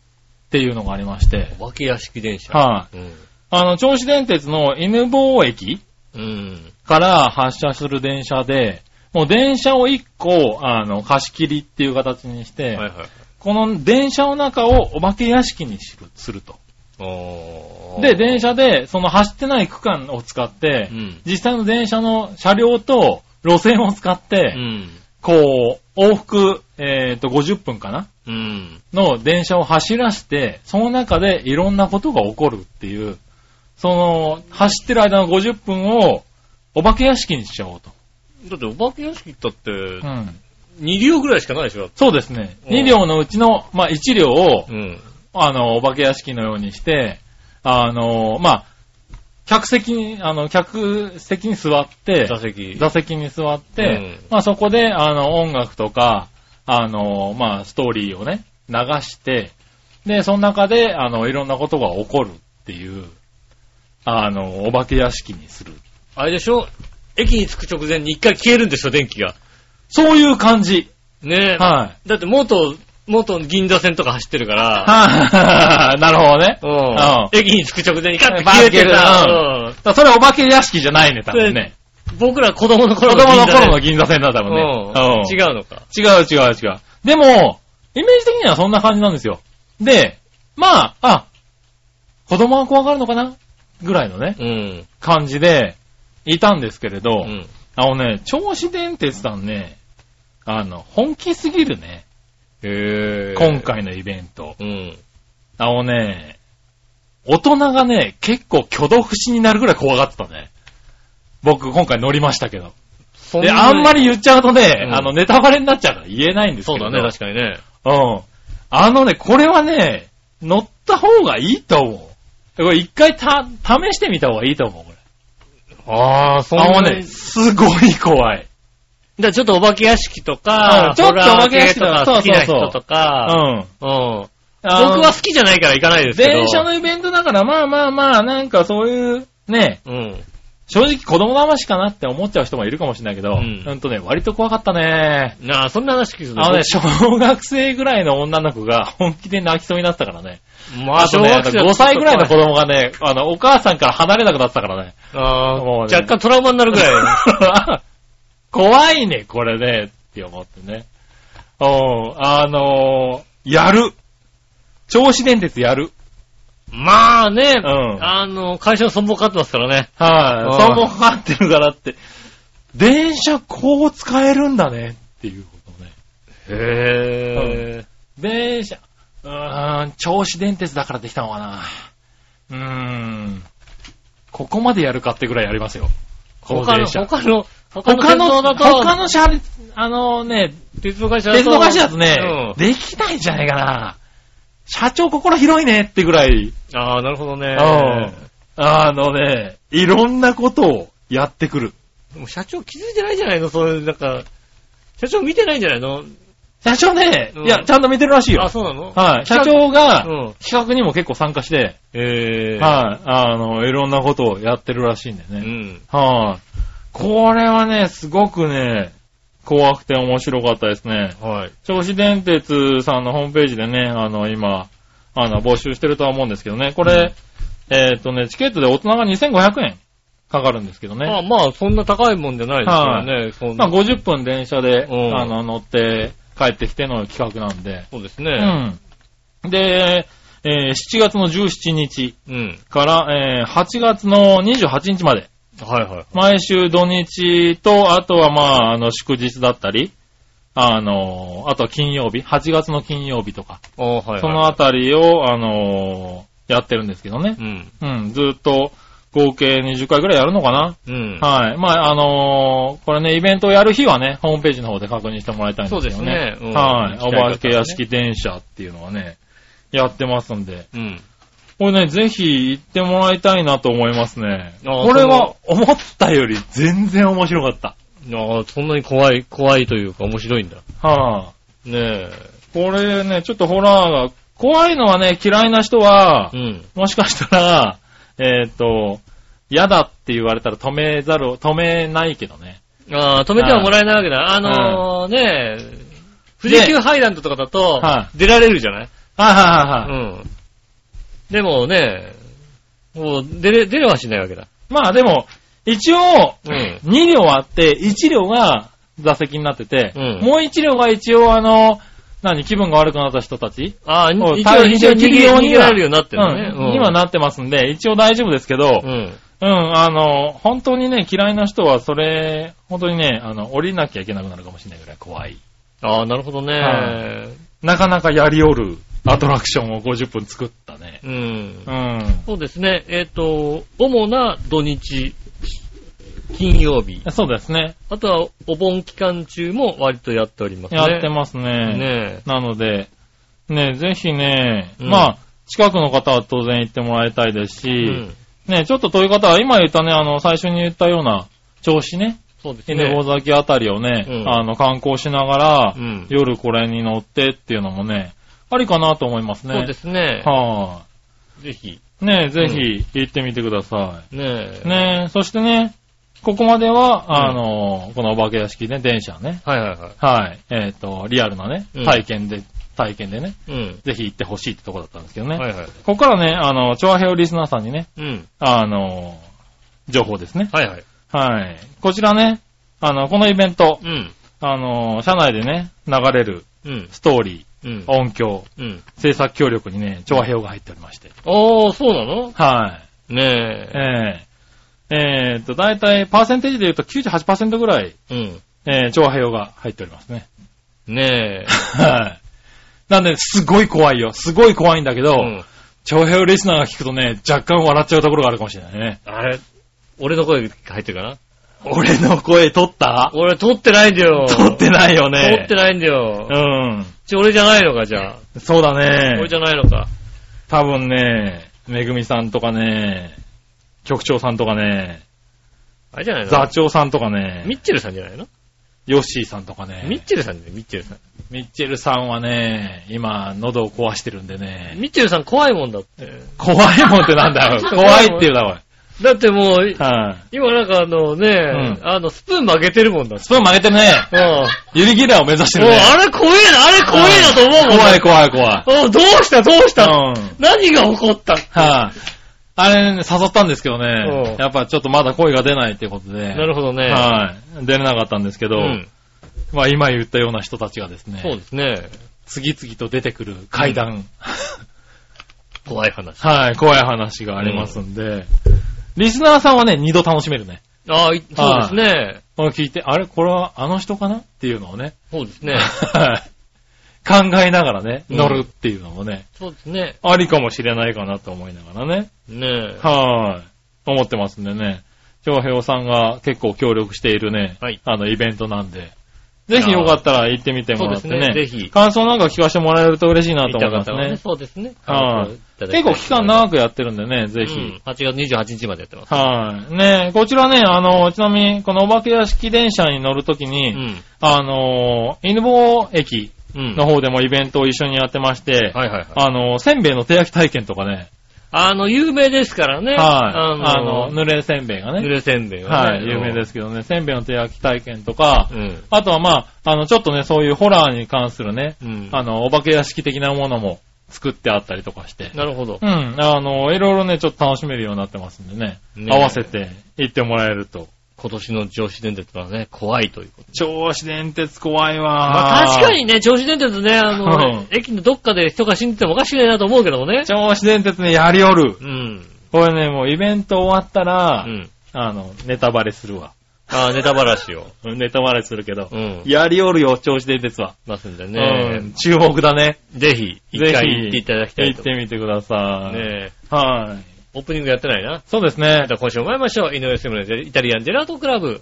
っていうのがありまして。 お化け屋敷電車。 はい、うん。あの、銚子電鉄の犬坊駅、うん、から発車する電車で、もう電車をいっこ、あの、貸し切りっていう形にして、はいはい、この電車の中をお化け屋敷にすると。で、電車で、その走ってない区間を使って、うん、実際の電車の車両と路線を使って、うん、こう、往復、えっと、ごじゅっぷんかな、うん、の電車を走らせて、その中でいろんなことが起こるっていう、その、走ってる間のごじゅっぷんをお化け屋敷にしちゃおうと。 だってお化け屋敷だって、うん、に両ぐらいしかないでしょ。 そうですね。に両のうちの、まあ、いち両を、うん、あの、お化け屋敷のようにして、あの、まあ、客席に、あの、客席に座って、 座席。 座席に座って、うん、まあ、そこで、あの、音楽とか、あの、まあ、ストーリーをね、流して、で、その中で、あの、いろんなことが起こるっていう、あの、お化け屋敷にする。 あれでしょ？駅に着く直前に一回消えるんでしょ、電気が。 そういう感じ。 ねえ。はい。だって元、元銀座線とか走ってるから。 はい。なるほどね。 うん。うん、駅に着く直前にカッと消えてた。 うん。だそれお化け屋敷じゃないね、多分ね。 僕ら子供の頃の銀座線。子供の頃の銀座線だったもんね。 うん。違うのか。 違う違う違う。でも、イメージ的にはそんな感じなんですよ。で、まあ、あ、子供は怖がるのかなぐらいのね、うん、感じでいたんですけれど、うん、あのね、銚子電鉄さんね、あの、本気すぎるね。へー。今回のイベント。うん、あのね、大人がね、結構挙動不審になるぐらい怖がってたね。僕今回乗りましたけど。で、あんまり言っちゃうとね、うん、あの、ネタバレになっちゃうから言えないんですけど。 そうだね、確かにね。 うん。あのね、これはね、乗った方がいいと思う。これ一回た、試してみた方がいいと思う、これ。 ああ、そうなのね、すごい怖い。 じゃあちょっとお化け屋敷とか、 うん、ちょっとお化け屋敷とか好きな人とか、うん。うん。僕は好きじゃないから行かないですけど。 電車のイベントだからまあまあまあ、なんかそういう、ね、うん。正直子供騙しかなって思っちゃう人もいるかもしれないけど、うん、ほんとね、割と怖かったね。 なあ、そんな話聞くと。 あのね、小学生ぐらいの女の子が本気で泣きそうになってたからね。 まあ、 あとね、ごさいぐらいの子供がね、あの、お母さんから離れなくなってたからね。 ああ、もうね、若干トラウマになるぐらい。 怖いね、これね、って思ってね。おあのー、やる。銚子電鉄やる。 まあね、うん、あの、会社の損保かかってますからね。 はい、損保かかってるからって、電車こう使えるんだね、っていうことね。 へぇー、 うん。電車、うーん、銚子電鉄だからできたのかな。うーん、ここまでやるかってぐらいやりますよ。 この電車。他の、 他の、他の、他の車、あのね、 鉄道会社だと、 鉄道会社だとね、うん、できないんじゃないかな。社長心広いねってぐらい。 ああ、なるほどね。 あのね、いろんなことをやってくる。 でも社長気づいてないんじゃないの？そういう、なんか、社長見てないんじゃないの？ 社長ね、うん、いや、ちゃんと見てるらしいよ。 あ、そうなの？ はい。社長が、企画にも結構参加して、うん、えー、はい。あの、いろんなことをやってるらしいんだよね。うん。はい。これはね、すごくね、怖くて面白かったですね。はい。銚子電鉄さんのホームページでね、あの、今、あの、募集してるとは思うんですけどね。これ、うん、えっとね、チケットで大人がにせんごひゃくえんかかるんですけどね。 あまあ、そんな高いもんじゃないですからね。はい、そんなまあ、ごじゅっぷん電車で、うん、あの、乗って帰ってきての企画なんで。 そうですね。 うん。で、えー、しちがつのじゅうしちにちから、うん、えー、はちがつのにじゅうはちにちまで。 はいはい。 毎週土日と、あとはまあ、あの、祝日だったり、あの、あとは金曜日、はちがつの金曜日とか、 はいはい、 そのあたりを、あの、やってるんですけどね。うん。うん、ずっと合計にじゅっかいぐらいやるのかな。うん。はい。まあ、あのー、これね、イベントをやる日はね、ホームページの方で確認してもらいたいんですけどね。そうですね。うん、はい。お化け屋敷電車っていうのはね、やってますんで。うん。これね、ぜひ行ってもらいたいなと思いますね。これは思ったより全然面白かった。 ああ、そんなに怖い、怖いというか面白いんだ。 はぁ、あ。ねえ。 これね、ちょっとホラーが、怖いのはね、嫌いな人は、うん、もしかしたら、えっと、嫌だって言われたら止めざるを、止めないけどね。 ああ、止めてはもらえないわけだ。あのー、ねえ、富士急ハイランドとかだと、出られるじゃない？ はいはいはいはい。うん。 でもね、もう出れ、出れはしないわけだ。 まあでも、一応、うん、に両あって、いち両が座席になってて、うん、もういち両が一応あの、何、気分が悪くなった人たちああ、一応逃げられるようになってるね。 うん。今なってますんで、一応大丈夫ですけど、うん。うん、あの、本当にね、嫌いな人はそれ、本当にね、あの、降りなきゃいけなくなるかもしれないぐらい怖い。 ああ、なるほどね、はい。 なかなかやりおるアトラクションをごじゅっぷん作ったね。 うん。うん。そうですね。えっと、主な土日、金曜日。 そうですね。 あとは、お盆期間中も割とやっておりますね。 やってますね。ねなので、ね、ぜひね、うん、まあ、近くの方は当然行ってもらいたいですし、うんね、ちょっと遠い方は、今言ったね、あの、最初に言ったような、銚子ね。そうですね。犬吠崎あたりをね、うん、あの、観光しながら、うん、夜これに乗ってっていうのもね、ありかなと思いますね。 そうですね。 はい、 あ、ぜひ。 ね、ぜひ、行ってみてください。 うん、ねえ。 ねそしてね、ここまでは、うん、あの、このお化け屋敷ね、電車ね。 はいはいはい。 はい。えっと、リアルなね、体験で、うん体験でね、うん、ぜひ行ってほしいってとこだったんですけどね。はいはい、ここからね、あの、チョアヘオリスナーさんにね、うん、あの、情報ですね。 はいはい。 はい。こちらね、あの、このイベント、うん、あの、車内でね、流れる、ストーリー、うん、音響、うん、制作協力にね、チョアヘオが入っておりまして。 おー、そうなの？ はい。 ねえ。 えええー、っと、だいたいパーセンテージで言うと きゅうじゅうはちパーセント ぐらい、うん、えー、チョアヘオが入っておりますね。 ねえ。 はい。なんで、すごい怖いよ。すごい怖いんだけど、うん、長編リスナーが聞くとね、若干笑っちゃうところがあるかもしれないね。 あれ俺の声入ってるかな俺の声取った俺取ってないんだよ。 取ってないよね。 取ってないんだよ。 うん。 ちょ、俺じゃないのか、じゃあ。 そうだね。 俺じゃないのか。 多分ね、めぐみさんとかね、局長さんとかね、 あれじゃないの座長さんとかね、 ミッチェルさんじゃないのヨッシーさんとかね。 ミッチェルさんだよ、ミッチェルさん。 ミッチェルさんはね、今、喉を壊してるんでね。 ミッチェルさん怖いもんだって。 怖いもんってなんだよ。怖いって言うだ、おい。 だってもう、はい、今なんかあのね、うん、あの、スプーン曲げてるもんだ。 スプーン曲げてるね。うん。ユリギラーを目指してるね。 あれ怖えな、あれ怖えなと思うもん。 怖い怖い怖い。どうしたどうした、うん、何が起こったはい、あ、あれね、誘ったんですけどね、やっぱちょっとまだ声が出ないっていうことで。 なるほどね。 はい。出れなかったんですけど、うん、まあ今言ったような人たちがですね。 そうですね。 次々と出てくる階段。うん、 怖い話。 はい、怖い話がありますんで、うん、リスナーさんはね、二度楽しめるね。 ああ、そうですね。 これ聞いて、あれこれはあの人かなっていうのをね。 そうですね。 考えながらね、乗るっていうのもね。 そうですね。 ありかもしれないかなと思いながらね。 ねえ。 はい。思ってますんでね。長平さんが結構協力しているね、はい、あのイベントなんで。ぜひよかったら行ってみてもらってね。そうですね、ぜひ。感想なんか聞かせてもらえると嬉しいなと思いますね。 そうですね。 はい。結構期間長くやってるんでね、ぜひ。うん、 はちがつにじゅうはちにちまでやってます。 はい。ねこちらね、あの、ちなみに、このお化け屋敷電車に乗るときに、うん、あの、犬坊駅の方でもイベントを一緒にやってまして、うん、はいはいはい。あの、せんべいの手焼き体験とかね。 あの、有名ですからね。はい。 あの、あの濡れせんべいがね。 濡れせんべいがね。 はい。有名ですけどね。せんべいの手焼き体験とか、うん、あとはまあ、あの、ちょっとね、そういうホラーに関するね、うん、あの、お化け屋敷的なものも作ってあったりとかして。 なるほど。 うん。あの、いろいろね、ちょっと楽しめるようになってますんでね。ね合わせて行ってもらえると。 今年の銚子電鉄はね、怖いということ。 銚子電鉄怖いわー。 まあ確かにね、銚子電鉄ね、あの、うん、駅のどっかで人が死んでてもおかしくないなと思うけどもね。 銚子電鉄ね、やりおる。うん。これね、もうイベント終わったら、うん、あの、ネタバレするわ。 ああ、ネタバラシを。 ネタバレするけど。うん。やりおるよ、銚子電鉄は。 ますんでね。 うん。注目だね。 ぜひ、一回行っていただきたいと。 行ってみてください。 ねえ。はい。 オープニングやってないな。 そうですね。 じゃあ今週も参りましょう。井上杉村のイタリアンジェラートクラブ。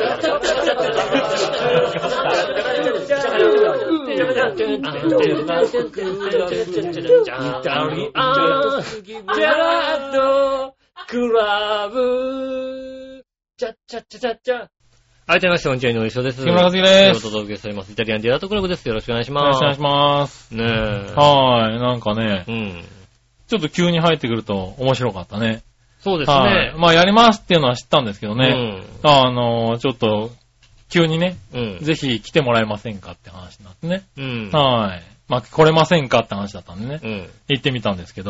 はい、というまして、こんにちは、井上翔です。 木村和樹です。 お届けしております。イタリアンジェラートクラブです。よろしくお願いします。 よろしくお願いします。 ねえ。 はい、なんかね、うん、ちょっと急に入ってくると面白かったね。 そうですね。はい。 まあやりますっていうのは知ったんですけどね。うん、あの、ちょっと、急にね、うん、ぜひ来てもらえませんかって話になってね。うん、はい。まあ来れませんかって話だったんでね。うん、行ってみたんですけど。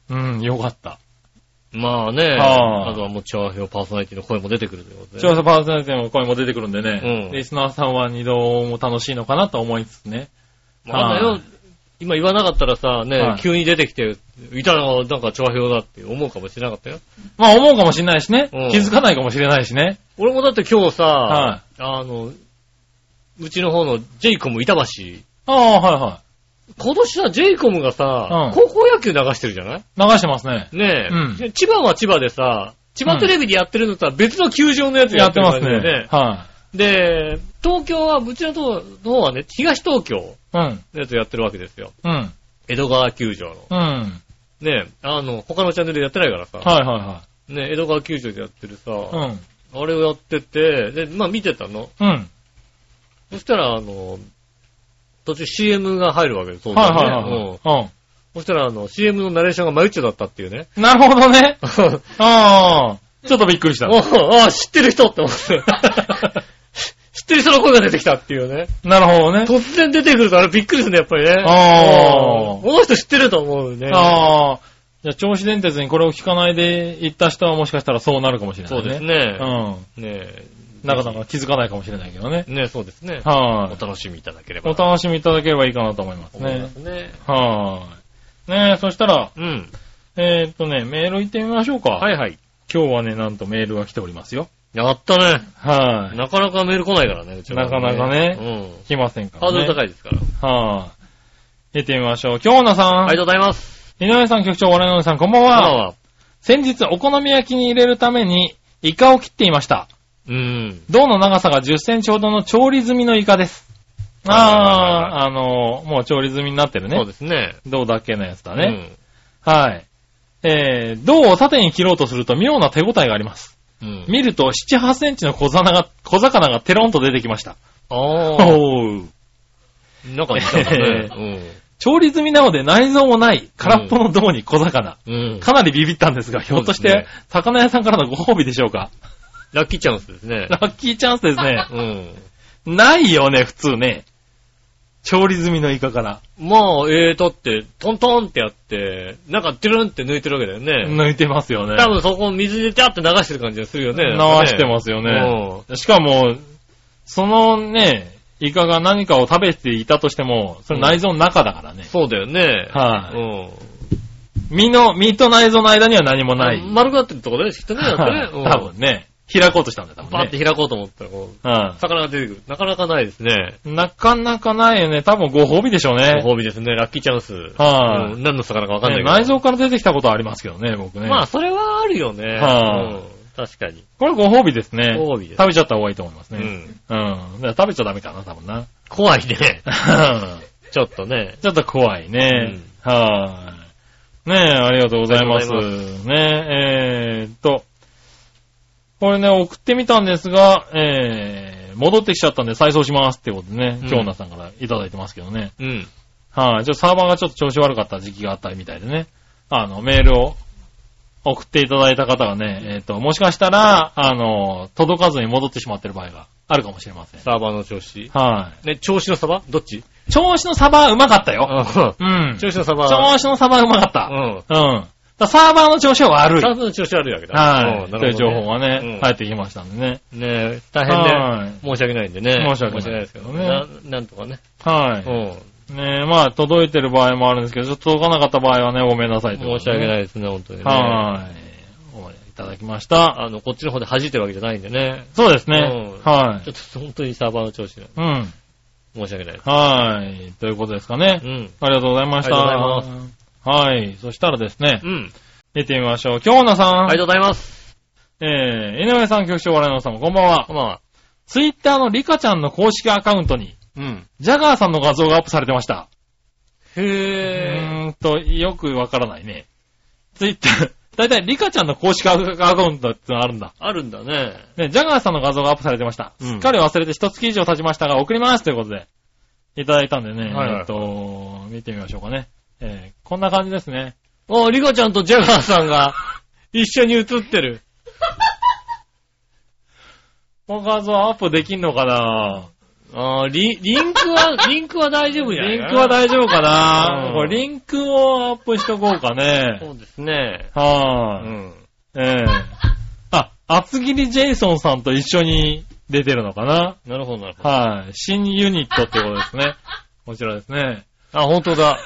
うん、よかった。 まあね、あとはもうチャーヒョーパーソナリティの声も出てくるということで、ね。チャーヒョーパーソナリティの声も出てくるんでね、うん、リスナーさんは二度も楽しいのかなと思いつつね。 まあよ、今言わなかったらさ、ね、はい、急に出てきて、いたらなんかチャーヒョーだって思うかもしれなかったよ。 まあ思うかもしれないしね、うん。気づかないかもしれないしね。 俺もだって今日さ、はい、あの、うちの方のジェイコム板橋。 ああ、はいはい。 今年さ、ジェイコムがさ、うん、高校野球流してるじゃない？ 流してますね。 ねえ、うん、千葉は千葉でさ、千葉テレビでやってるのとは別の球場のやつやってるんだよね。やってますね。はい。で、東京は、うちの方はね、東東京のやつやってるわけですよ。うん。江戸川球場の。うん。ねえ、あの、他のチャンネルでやってないからさ。 はいはいはい。 ねえ、江戸川球場でやってるさ、うん。あれをやってて、で、まあ見てたの。うん。そしたら、あの、途中 シーエム が入るわけです。そうだね。はいはいはい、うん。うん。そしたら、あの、シーエム のナレーションがマユッチョだったっていうね。 なるほどね。ああ。ちょっとびっくりした。 ああ、知ってる人って思って。知ってる人の声が出てきたっていうね。 なるほどね。 突然出てくるとあれびっくりするね、やっぱりね。ああ。この人知ってると思うね。ああ。 じゃあ、銚子電鉄にこれを聞かないで行った人はもしかしたらそうなるかもしれないね。 そうですね。うん。ねえ。なかなか気づかないかもしれないけどね。 ね、そうですね。はい。お楽しみいただければ。 お楽しみいただければいいかなと思いますね。そうですね。はい。ねえ、そしたら、うん。えー、っとね、メール行ってみましょうか。 はいはい。 今日はね、なんとメールが来ておりますよ。 やったね。 はい。 なかなかメール来ないからね、うちは、 ね。なかなかね。うん。来ませんからね。 ハードル高いですから。 はい。行ってみましょう。京奈さん。 ありがとうございます。 井上さん、局長、我々のさん、こんばんは。こんばんは。先日、お好み焼きに入れるために、イカを切っていました。うん。胴の長さがじゅっセンチほどの調理済みのイカです。ああ、あの、もう調理済みになってるね。 そうですね。 胴だけのやつだね。うん。はい。えー、胴を縦に切ろうとすると妙な手応えがあります。うん。見るとなな、はちセンチの小魚が、小魚がテロンと出てきました。ああ。おー。 なんか似たね。うん。 調理済みなので内臓もない空っぽの胴に小魚。うん。かなりビビったんですが、ひょっとして、魚屋さんからのご褒美でしょうか。 ラッキーチャンスですね。 ラッキーチャンスですね。うん。ないよね、普通ね。調理済みのイカから。 まあ、えーとって、トントンってやって、なんかテルンって抜いてるわけだよね。 抜いてますよね。 多分そこを水でジャーって流してる感じがするよね。 流してますよね。うん、しかも、そのね、イカが何かを食べていたとしても、それ内臓の中だからね。うん、 そうだよね。 はい、うん。身の、身と内臓の間には何もない。 丸くなってるところできっとね、だってね。 うん、多分ね。開こうとしたんだよ、多分ね。 バーって開こうと思ったら、こう、うん、魚が出てくる。なかなかないですね。 なかなかないよね。多分ご褒美でしょうね。 ご褒美ですね。ラッキーチャンス。 はい、あ、 うん。何の魚かわかんないけど、 ね。内臓から出てきたことはありますけどね、僕ね。 まあ、それはあるよね。はい、あ、うん。確かに。 これご褒美ですね。 ご褒美です。 食べちゃった方がいいと思いますね。うん。うん。食べちゃダメかな、多分な。 怖いね。ちょっとね。 ちょっと怖いね。うん、はい、ねえ、ありがとうございます。ますねえ、えーっと。これね、送ってみたんですが、えー、戻ってきちゃったんで再送しますってことでね、京奈さんからいただいてますけどね。うん。はい、あ、ちょっとサーバーがちょっと調子悪かった時期があったみたいでね。あの、メールを送っていただいた方がね、えっと、もしかしたら、あの、届かずに戻ってしまってる場合があるかもしれません。 サーバーの調子。 はい。 ね、調子のサバどっち？ 調子のサバはうまかったよ。うん。 調子のサバ。 調子のサバはうまかった。うん。うん。サーバーの調子は悪い。 サーバーの調子は悪いわけだ。 はい。そういう情報がね、入ってきましたんでね。 ねえ、大変で、申し訳ないんでね。 申し訳ないですけどね。 なんとかね。 はい。ねえ、まあ、届いてる場合もあるんですけど、ちょっと届かなかった場合はね、ごめんなさいと。 申し訳ないですね、本当にね。 はい。いただきました。 あの、こっちの方で弾いてるわけじゃないんでね。 そうですね。はい。 ちょっと本当にサーバーの調子が。うん。申し訳ないです。 はい。ということですかね。うん。ありがとうございました。 ありがとうございます。 はい。そしたらですね。うん。見てみましょう。京奈さん。 ありがとうございます。 えー、井上さん、局長、笑いのさんもこんばんは。 こんばんは。 ツイッターのリカちゃんの公式アカウントに、うん。ジャガーさんの画像がアップされてました。 へー。 うーんと、よくわからないね。ツイッター、だいたいリカちゃんの公式アカウントってのがあるんだ。 あるんだね。 ね、ジャガーさんの画像がアップされてました。うん、すっかり忘れて一月以上経ちましたが、送りますということで、いただいたんでね、はいはいはい、えっと、見てみましょうかね。えー、こんな感じですね。 おー、リカちゃんとジャガーさんが一緒に写ってる。 この画像アップできんのかな？ ああ、リ、リンクは、リンクは大丈夫じゃないリンクは大丈夫かな、うん、これリンクをアップしとこうかね。 そうですね。 はい、あ、うん。ええー。あ、厚切りジェイソンさんと一緒に出てるのかな。 なるほど、なるほど。 はい、新ユニットってことですね。こちらですね。 あ、本当だ。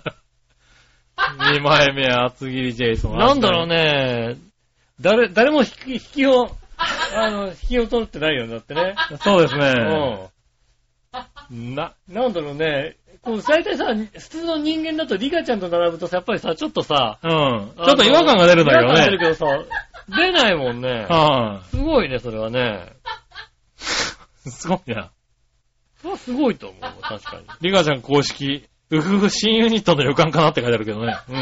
にまいめ厚切りジェイソン。 なんだろうね。誰、誰も引き、引きを、あの、引きを取ってないよね、だってね。 そうですね。 うん。な、なんだろうね。こう、大体さ、普通の人間だとリカちゃんと並ぶとさ、やっぱりさ、ちょっとさ、 うん。ちょっと違和感が出るんだけどね。違和感が出るけどさ、出ないもんね。 はい、 すごいね、それはね。 すごいな。 それはすごいと思う、確かに。 リカちゃん公式、うふふ新ユニットの予感かなって書いてあるけどね。うん。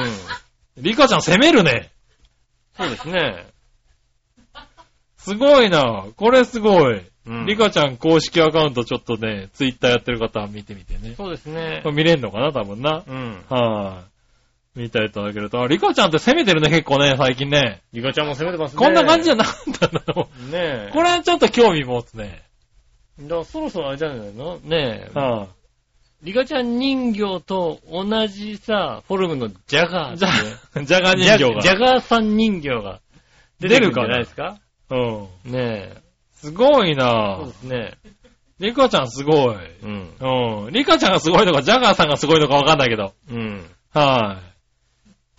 リカちゃん攻めるね。 そうですね。 すごいな。これすごい。うん、リカちゃん公式アカウントちょっとね、ツイッターやってる方は見てみてね。 そうですね。 これ見れんのかな、多分な。 うん。 はい、見たいとだけど、あ、リカちゃんって攻めてるね、結構ね、最近ね。 リカちゃんも攻めてますね。 こんな感じじゃなかったんだろう。ねえ。 これはちょっと興味持つね。 だからそろそろあれじゃないのねえ。 はあ、 リカちゃん人形と同じさ、フォルムのジャガー、ね。 ジャ、ジャガー人形が。 ジャガーさん人形が出てくるんじゃないですか？ うん。 ねえ。 すごいなぁ。 そうですね。 リカちゃんすごい。うん。うん。リカちゃんがすごいのか、ジャガーさんがすごいのかわかんないけど。 うん。 はい、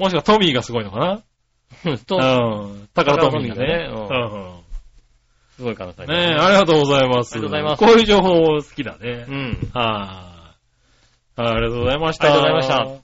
もしくはトミーがすごいのかな。 うん。 タカラトミーがね。 うん。うん、すごい可能性ね。ねえ、ありがとうございます。 ありがとうございます。 こういう情報好きだね。 うん。 はい、あ。ありがとうございました。 ありがとうございました。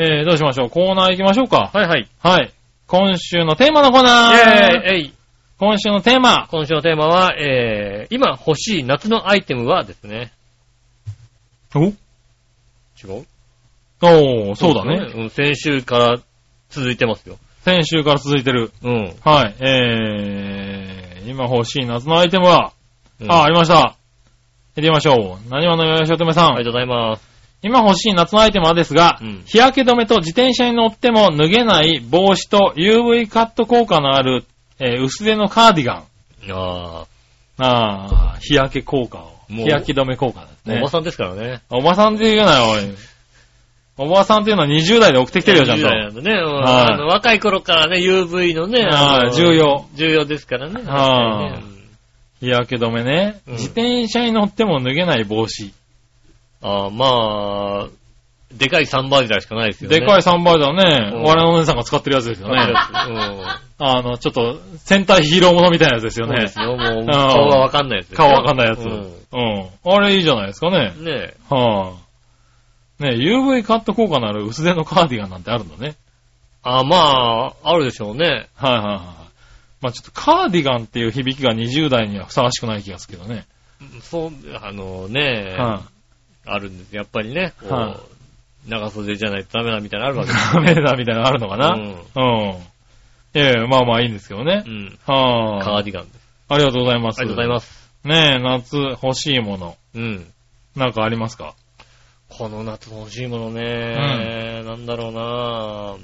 えー、どうしましょう。コーナー行きましょうか。 はいはい。 はい。今週のテーマのコーナー。 イェーイ、えい。 今週のテーマ。 今週のテーマは、えー、今欲しい夏のアイテムはですね。 お？違う？ おー、そうだね。 うん、先週から続いてますよ。 先週から続いてる。 うん。 はい。えー、今欲しい夏のアイテムは、うん、あ、ありました。行ってみましょう。何話のよやしおとめさん。 ありがとうございます。 今欲しい夏のアイテムはですが、うん、日焼け止めと自転車に乗っても脱げない帽子と ユーブイ カット効果のある、えー、薄手のカーディガン。 ああ。ああ、日焼け効果を。日焼け止め効果ですね。 おばさんですからね。 おばさんって言うなよ、おい。おばさんっていうのはにじゅう代で送ってきてるよ、ちゃんと。にじゅう代なんだね。はい、あの若い頃からね、ユーブイ のね、 あ重要。 重要ですからね。 はあ、日焼け止めね、うん。自転車に乗っても脱げない帽子。 ああ、まあ、でかいサンバージャーしかないですよね。 でかいサンバージャーね、うん、我々のお姉さんが使ってるやつですよね。うん、あの、ちょっと、戦隊ヒーローものみたいなやつですよね。 そうですよ、もう、顔がわかんないやつですよ。顔わかんないやつ。うん。うん。あれいいじゃないですかね。 ねえ。 はあ。ねえ、ユーブイ カット効果のある薄手のカーディガンなんてあるんだね。 ああ、まあ、あるでしょうね。 はいはいはい。まあちょっとカーディガンっていう響きがにじゅう代にはふさわしくない気がするけどね。 そう、あのね、 はあ、あるんです。やっぱりね、こう、 はあ、 長袖じゃないとダメだみたいなのあるわけです、 ね。ダメだみたいなのあるのかな。うん。うん。ええ、まあまあいいんですけどね。 うん。 はあ。 カーディガンです。 ありがとうございます。 ありがとうございます。 ねえ、夏欲しいもの。 うん。 なんかありますか？ この夏欲しいものね、うん、なんだろうなぁ。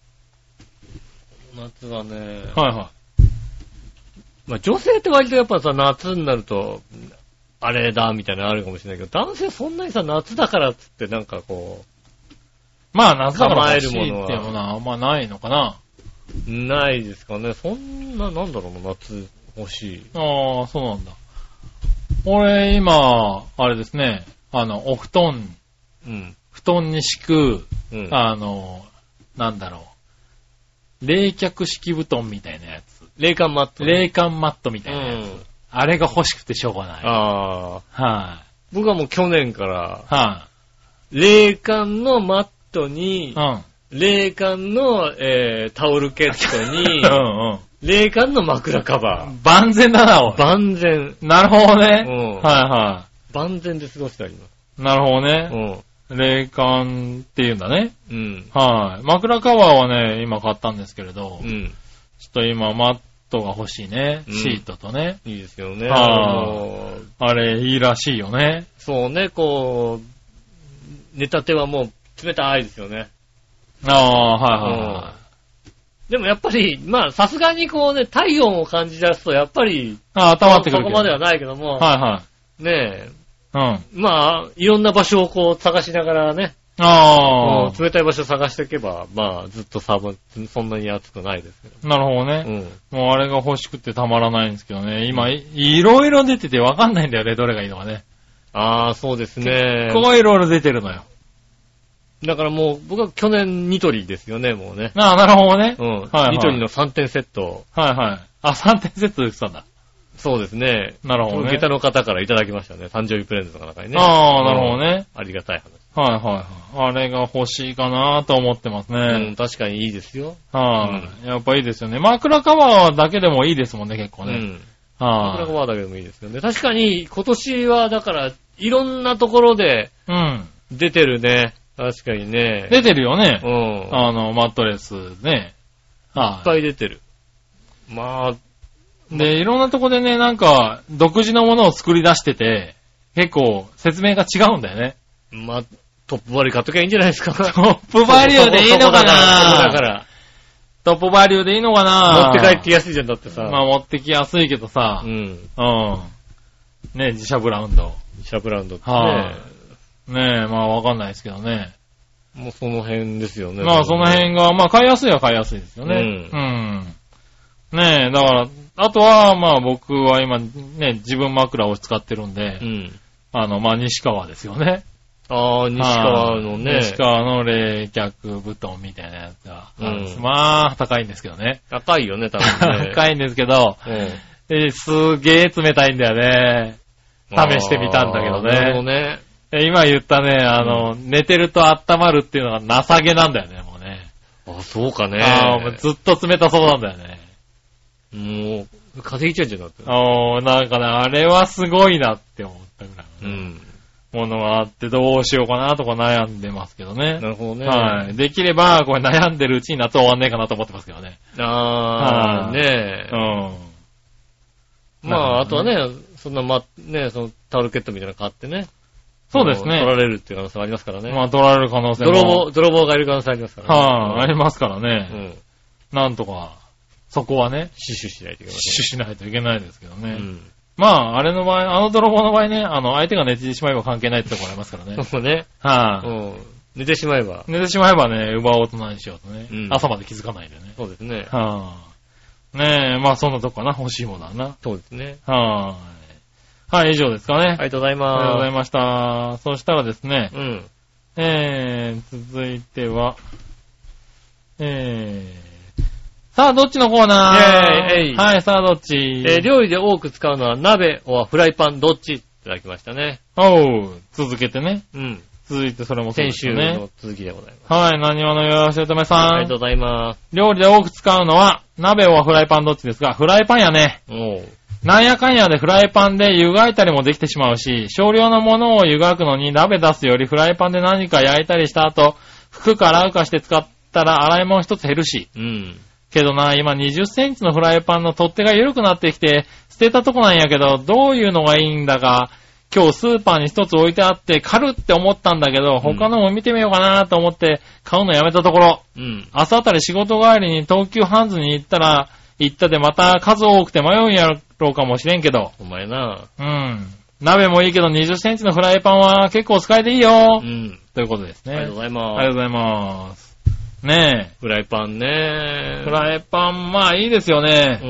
夏はね、 はいはい。 まあ女性って割とやっぱさ、夏になると、あれだみたいなのあるかもしれないけど、男性そんなにさ、夏だからっつってなんかこう、 まあ夏だから欲しいっていうものはあんまないのかな。 ないですかね。そんな、なんだろうな、夏欲しい。 ああ、そうなんだ。俺今、あれですね、あの、お布団、 うん、 布団に敷く、 うん、 あの、なんだろう、冷却式布団みたいなやつ。 冷感マット、 ね。冷感マットみたいなやつ。うん、あれが欲しくてしょうがない。 ああ。 はい、あ、 僕はもう去年から、 はい、あ、 冷感のマットに、 うん、 冷感の、えー、タオルケットに、 うんうん、 冷感の枕カバー。 万全だな、おい。 万全。 なるほどね。 うん。 はいはい。 万全で過ごしてあります。 なるほどね。 うん。 冷感っていうんだね。 うん。 はい。枕カバーはね、今買ったんですけれど、 うん。 ちょっと今マットが欲しいね。シートとね。 うん、いいですよね。 はい。あれ、いいらしいよね。 そうね、こう、寝たてはもう冷たいですよね。 ああ、はいはいはい。 でもやっぱり、まあ、さすがにこうね、体温を感じ出すと、やっぱり、 ああ、温まってくる。 そこまではないけども、 はいはい。 ねえ、 うん。 まあ、いろんな場所をこう探しながらね。 ああ。 冷たい場所を探していけば、まあ、ずっと寒、そんなに暑くないですけど。 なるほどね。うん。もうあれが欲しくてたまらないんですけどね。今、い, いろいろ出ててわかんないんだよね、どれがいいのかね。 ああ、そうですね。 すごいいろいろ出てるのよ。 だからもう、僕は去年ニトリですよね、もうね。 ああ、なるほどね。 うん。はいはい、ニトリのさんてんセット。 はいはい。あ、さんてんセットでしたんだ。 そうですね。 なるほどね。 下駄の方からいただきましたね。誕生日プレゼントの中にね。 ああ、なるほどね。 ありがたい話。 はいはいはい。あれが欲しいかなと思ってますね。 うん、確かにいいですよ。 はい、うん、やっぱいいですよね。枕カバーだけでもいいですもんね、結構ね。うん。 はい、枕カバーだけでもいいですよね。確かに今年はだから、いろんなところで、うん。出てるね。確かにね。 出てるよね。 うん。 あの、マットレスね。 はい、いっぱい出てる。まあ、 で、いろんなとこでね、なんか、独自のものを作り出してて、結構説明が違うんだよね。 まあ、トップバリュー買っときゃいいんじゃないですか。トップバリューでいいのかなだから。トップバリューでいいのかな持って帰って安いじゃんだってさ。 まあ持ってきやすいけどさ。うん。うん。ね、自社ブランド。 自社ブランドってね。 はあ、ねえ、まあわかんないですけどね。 もうその辺ですよね。 まあその辺が、まあ買いやすいは買いやすいですよね。うん。うん。ねえ、だから、あとは、まあ僕は今ね、自分枕を使ってるんで、うん。あの、まあ西川ですよね。 ああ、西川のね。 西川の冷却布団みたいなやつが、うん。まあ、高いんですけどね。 高いよね、多分ね。 高いんですけど、うん、えすげえ冷たいんだよね。試してみたんだけどね。なるほどね。今言ったね、あの、うん、寝てると温まるっていうのが情けなんだよね、もうね。 あ、そうかね。 ああ、ずっと冷たそうなんだよね。 もう、風邪ひいちゃうんじゃなくて。 ああ、なんかね、あれはすごいなって思ったぐらい、ね。うん。ものがあってどうしようかなとか悩んでますけどね。 なるほどね。 はい。できれば、これ悩んでるうちに夏終わんねえかなと思ってますけどね。 ああ、ねえ。うん。まあ、あとはね、そんな、ま、ね、そのタオルケットみたいなの買ってね。 そうですね。 取られるっていう可能性はありますからね。 まあ、取られる可能性も。 泥棒、泥棒がいる可能性ありますからね。はい、ありますからね。うん。なんとか、そこはね。 死守しないといけない。 死守しないといけないですけどね。うん。まあ、あれの場合、あの泥棒の場合ね、あの、相手が寝てしまえば関係ないってところありますからね。 そうね。 はい、 うん。寝てしまえば。 寝てしまえばね、奪おうとないしようとね。うん、朝まで気づかないでね。 そうですね。 はぁ、あ。ねえ、まあそんなとこかな、欲しいものはな。 そうですね。 はぁ、あ。はい、以上ですかね。 ありがとうございます。 ありがとうございました。そしたらですね、うん。えー、続いては、えー、さあ、どっちのコーナー、えー、えー、はい、さあ、どっち、 えー、料理で多く使うのは鍋はフライパンどっちいただきましたね。 おう、続けてね。 うん。 続いてそれもそうですね。 先週の続きでございます。 はい、何話のよろしおとめさん。 ありがとうございます。 料理で多く使うのは鍋はフライパンどっちですが、フライパンやね。おう。なんやかんやでフライパンで湯がいたりもできてしまうし、少量のものを湯がくのに鍋出すよりフライパンで何か焼いたりした後、服か洗うかして使ったら洗い物一つ減るし。うん。けどな、今にじゅっセンチのフライパンの取っ手が緩くなってきて、捨てたとこなんやけど、どういうのがいいんだか、今日スーパーに一つ置いてあって軽って思ったんだけど、他のも見てみようかなと思って買うのやめたところ、うん、朝あたり仕事帰りに東急ハンズに行ったら、行ったでまた数多くて迷うんやろうかもしれんけど。 お前な。 うん。鍋もいいけどにじゅっセンチのフライパンは結構使えていいよ。うん。ということですね。 ありがとうございます。 ありがとうございます。ねえ。 フライパンね。 フライパン、まあいいですよね。うん。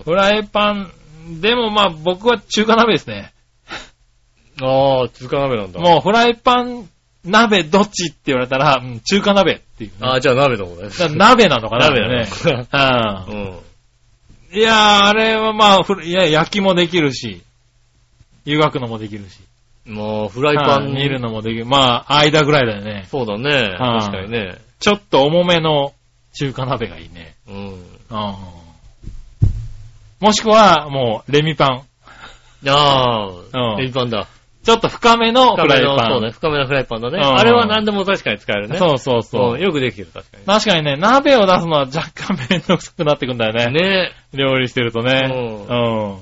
フライパン、でもまあ僕は中華鍋ですね。 ああ、中華鍋なんだ。 もうフライパン、鍋どっちって言われたら、うん、中華鍋っていう、ね。 ああ、じゃあ鍋の方だね。 鍋なのかな鍋だね。 うん。いやー、あれはまあ、いや、焼きもできるし、湯がくのもできるし。 もう、フライパンに煮るのもできる。まあ、間ぐらいだよね。 そうだね。確かにね。 ちょっと重めの中華鍋がいいね。うん。あもしくは、もう、レミパン。 ああ、レミパンだ。 ちょっと深めのフライパン。 そうね、深めのフライパンだね。あれは何でも確かに使えるね。 そうそうそう。 よくできてる、確かに。 確かにね、鍋を出すのは若干めんどくさくなってくんだよね。 ね料理してるとね。うん。 そう。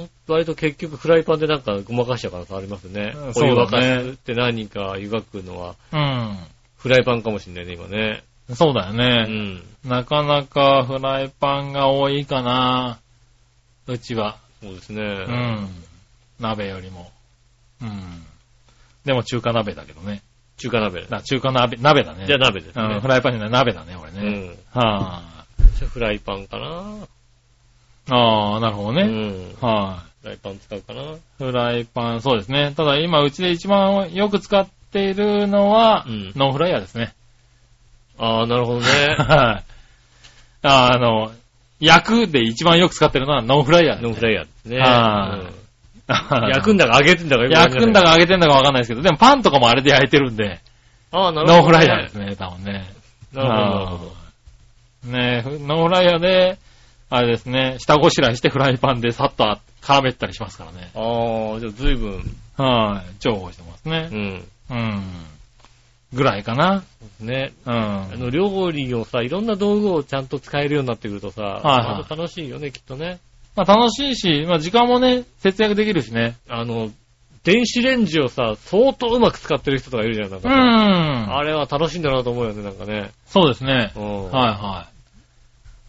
割と結局フライパンでなんかごまかしちゃう可能性ありますね。お湯沸かすって何か湯がくのは。うん。フライパンかもしれないね、今ね。 そうだよね。うん。なかなかフライパンが多いかな。うちは。 そうですね。うん。鍋よりも。 うん。でも中華鍋だけどね。 中華鍋だ。 中華鍋、鍋だね。 じゃあ鍋ですね。 うん、フライパンじゃない鍋だね、俺ね。うん。はぁ、あ。 じゃあフライパンかな。 ああ、なるほどね。うん。 はい、あ。フライパン使うかな。 フライパン、そうですね。ただ今うちで一番よく使っているのは、うん、ノンフライヤーですね。 ああ、なるほどね。 はい。あの、焼くで一番よく使ってるのはノンフライヤーです、ね。 ノンフライヤーですね。 はい、 うん焼くんだか揚げてんだか焼くんだか揚げてんだかわかんないですけど、でもパンとかもあれで焼いてるんで。 ああ、なるほど、ね。 ノンフライヤーですね、多分ね。 なるほど、なるほど。ねえ、ノンフライヤーで、あれですね、下ごしらえしてフライパンでさっと絡めたりしますからね。 ああ、じゃあ随分。 はい、重宝してますね。うん。うん。ぐらいかな。 ね。うん。あの、料理をさ、いろんな道具をちゃんと使えるようになってくるとさ、はい、はい、また楽しいよね、きっとね。 まあ楽しいし、まあ時間もね、節約できるしね。 あの、電子レンジをさ、相当うまく使ってる人とかいるじゃん、なんかさ。うん。あれは楽しいんだなと思うよね、なんかね。 そうですね。うん。はいはい。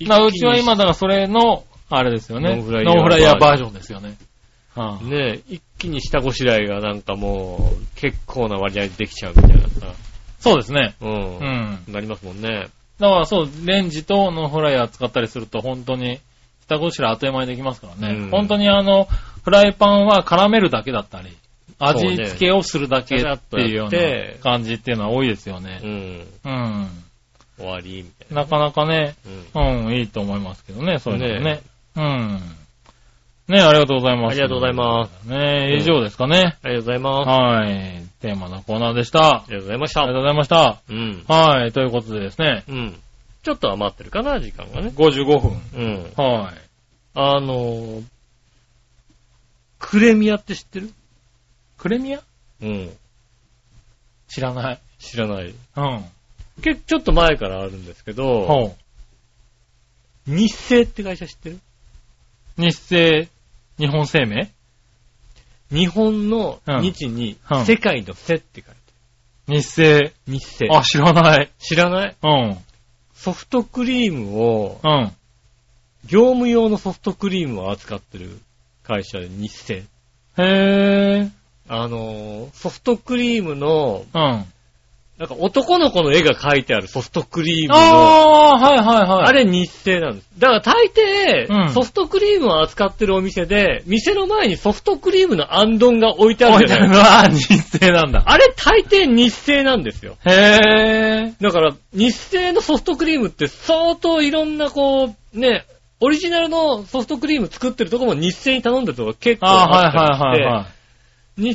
まあうちは今だからそれの、あれですよね。ノンフライヤー。ノンフライヤーバージョンですよね。 はあ、ねえ、一気に下ごしらえがなんかもう、結構な割合でできちゃうみたいなさ。 そうですね。 うん。うん。なりますもんね。 だからそう、レンジとノンフライヤー使ったりすると本当に、下ごしらえあっという間にできますからね。うん、本当にあの、フライパンは絡めるだけだったり、味付けをするだけっていうような感じっていうのは多いですよね。うん。うん。 終わりみたいな。 なかなかね、うん、うん、いいと思いますけどね、そういうのね。うん。ね、ありがとうございます。 ありがとうございます。 ね、以上ですかね。 ありがとうございます。 はい。テーマのコーナーでした。 ありがとうございました。 ありがとうございました。うん。はい、ということでですね。 うん。ちょっと余ってるかな、時間がね。 ごじゅうごふん。 うん。はい。あの、クレミアって知ってる？ クレミア？ うん。 知らない。 知らない。 うん。 結構ちょっと前からあるんですけど、ほう。日清って会社知ってる？ 日清、日本生命？ 日本の日に世界の世って書いてある。日清。 日清。 あ、知らない。 知らない？ うん。 ソフトクリームを、うん。業務用のソフトクリームを扱ってる会社で日清。 へー。 あの、ソフトクリームの、 うん。 なんか男の子の絵が描いてあるソフトクリームの。 ああ、はいはいはい。 あれ日清なんです。だから大抵、うん、ソフトクリームを扱ってるお店で、店の前にソフトクリームのあんどんが置いてあるじゃないですか。 ああ、日清なんだ。 あれ大抵日清なんですよ。 へー。 だから日清のソフトクリームって相当いろんなこう、ね、オリジナルのソフトクリーム作ってるところも日清に頼んでるところ結構あったりして、あ、はいはいはいはい、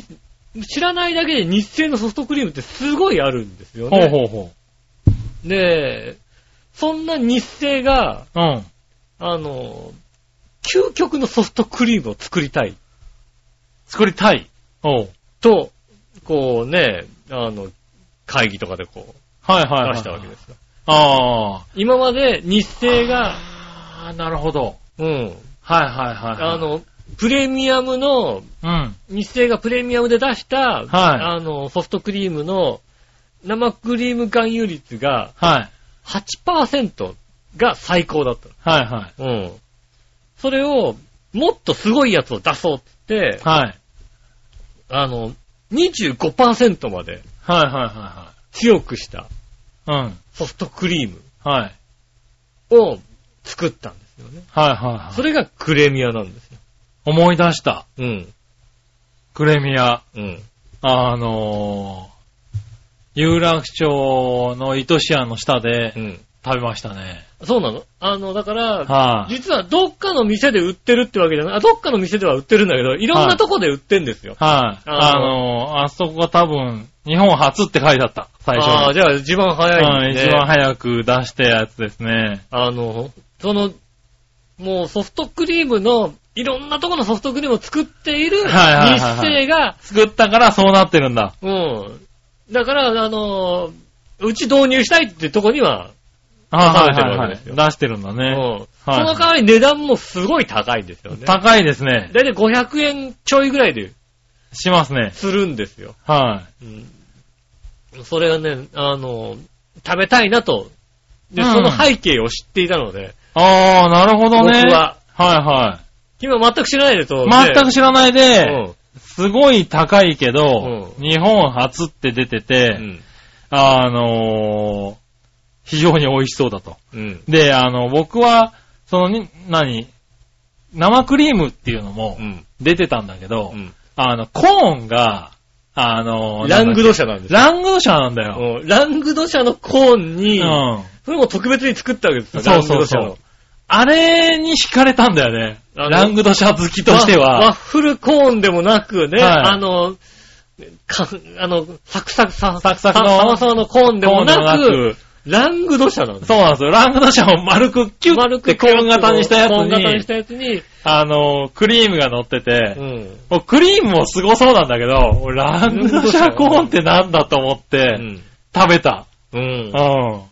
に知らないだけで日清のソフトクリームってすごいあるんですよね。 ほうほうほう。で、そんな日清が、 うん、 あの、究極のソフトクリームを作りたい。 作りたい。おう。 と、こうね、あの、会議とかでこう、 はいはいはい、 出したわけですよ。 ああ。 今まで日清が、 ああ、なるほど。 うん。はいはいはい、はい。 あの、プレミアムの、 うん。 日清がプレミアムで出した、 はい。 あの、ソフトクリームの生クリーム含有率が、 はい。 はちパーセント が最高だった。 はいはい。 うん。それを、もっとすごいやつを出そうって言って、 はい。 あの、にじゅうごパーセント まで、 はいはいはいはい。 強くした、 うん。 ソフトクリーム、 はい。 を作ったんですよね。 はいはいはい。 それがクレミアなんですよ。 思い出した。 うん。 クレミア。 うん。 あのー、有楽町の糸シアの下で、うん。食べましたね。 そうなの？あの、だから、 はあ、 実はどっかの店で売ってるってわけじゃない。あ、どっかの店では売ってるんだけど、いろんなとこで売ってんですよ。 はい、あ。あのー、あそこが多分、日本初って書いてあった。最初に。 ああ、じゃあ一番早いんですね。 一番早く出したやつですね。 あの、その、もうソフトクリームの、いろんなところのソフトクリームを作っている日清が、 作ったからそうなってるんだ。 うん。だから、あの、うち導入したいってとこには、 ああ、はいはいはい。出してるんだね。うん。 はい、その代わり値段もすごい高いんですよね。 高いですね。 だいたいごひゃくえんちょいぐらいで。 しますね。 するんですよ。 はい、 うん。それがね、あの、食べたいなと。で、うん、その背景を知っていたので。 ああ、なるほどね。 僕は。 はいはい。 今全く知らないでと、 ね。全く知らないで、うん、すすごい高いけど、うん、日本初って出てて、うん、あのー、非常に美味しそうだと。うん、で、あの、僕は、そのに、何生クリームっていうのも出てたんだけど、うん、あの、コーンが、あのー、 ラングド社なんですよ。 ラングド社なんだよ。 ラングド社のコーンに、うん、それも特別に作ったわけですよ、 そうそうそう。ラングド社の。あれに惹かれたんだよね。ラングド社好きとしては。 ワッフルコーンでもなくね、はい、あの、か、あの、サクサクサ、サクサクの、サワサワのコーンでもなく、ラングド社なんです。 そうなんですよ。ラングド社を丸くキュッてコーン型にしたやつに、コーン型にしたやつに、あの、クリームが乗ってて、うん、もうクリームもすごそうなんだけど、ラングド社コーンってなんだと思って、うん、食べた。うん。うん。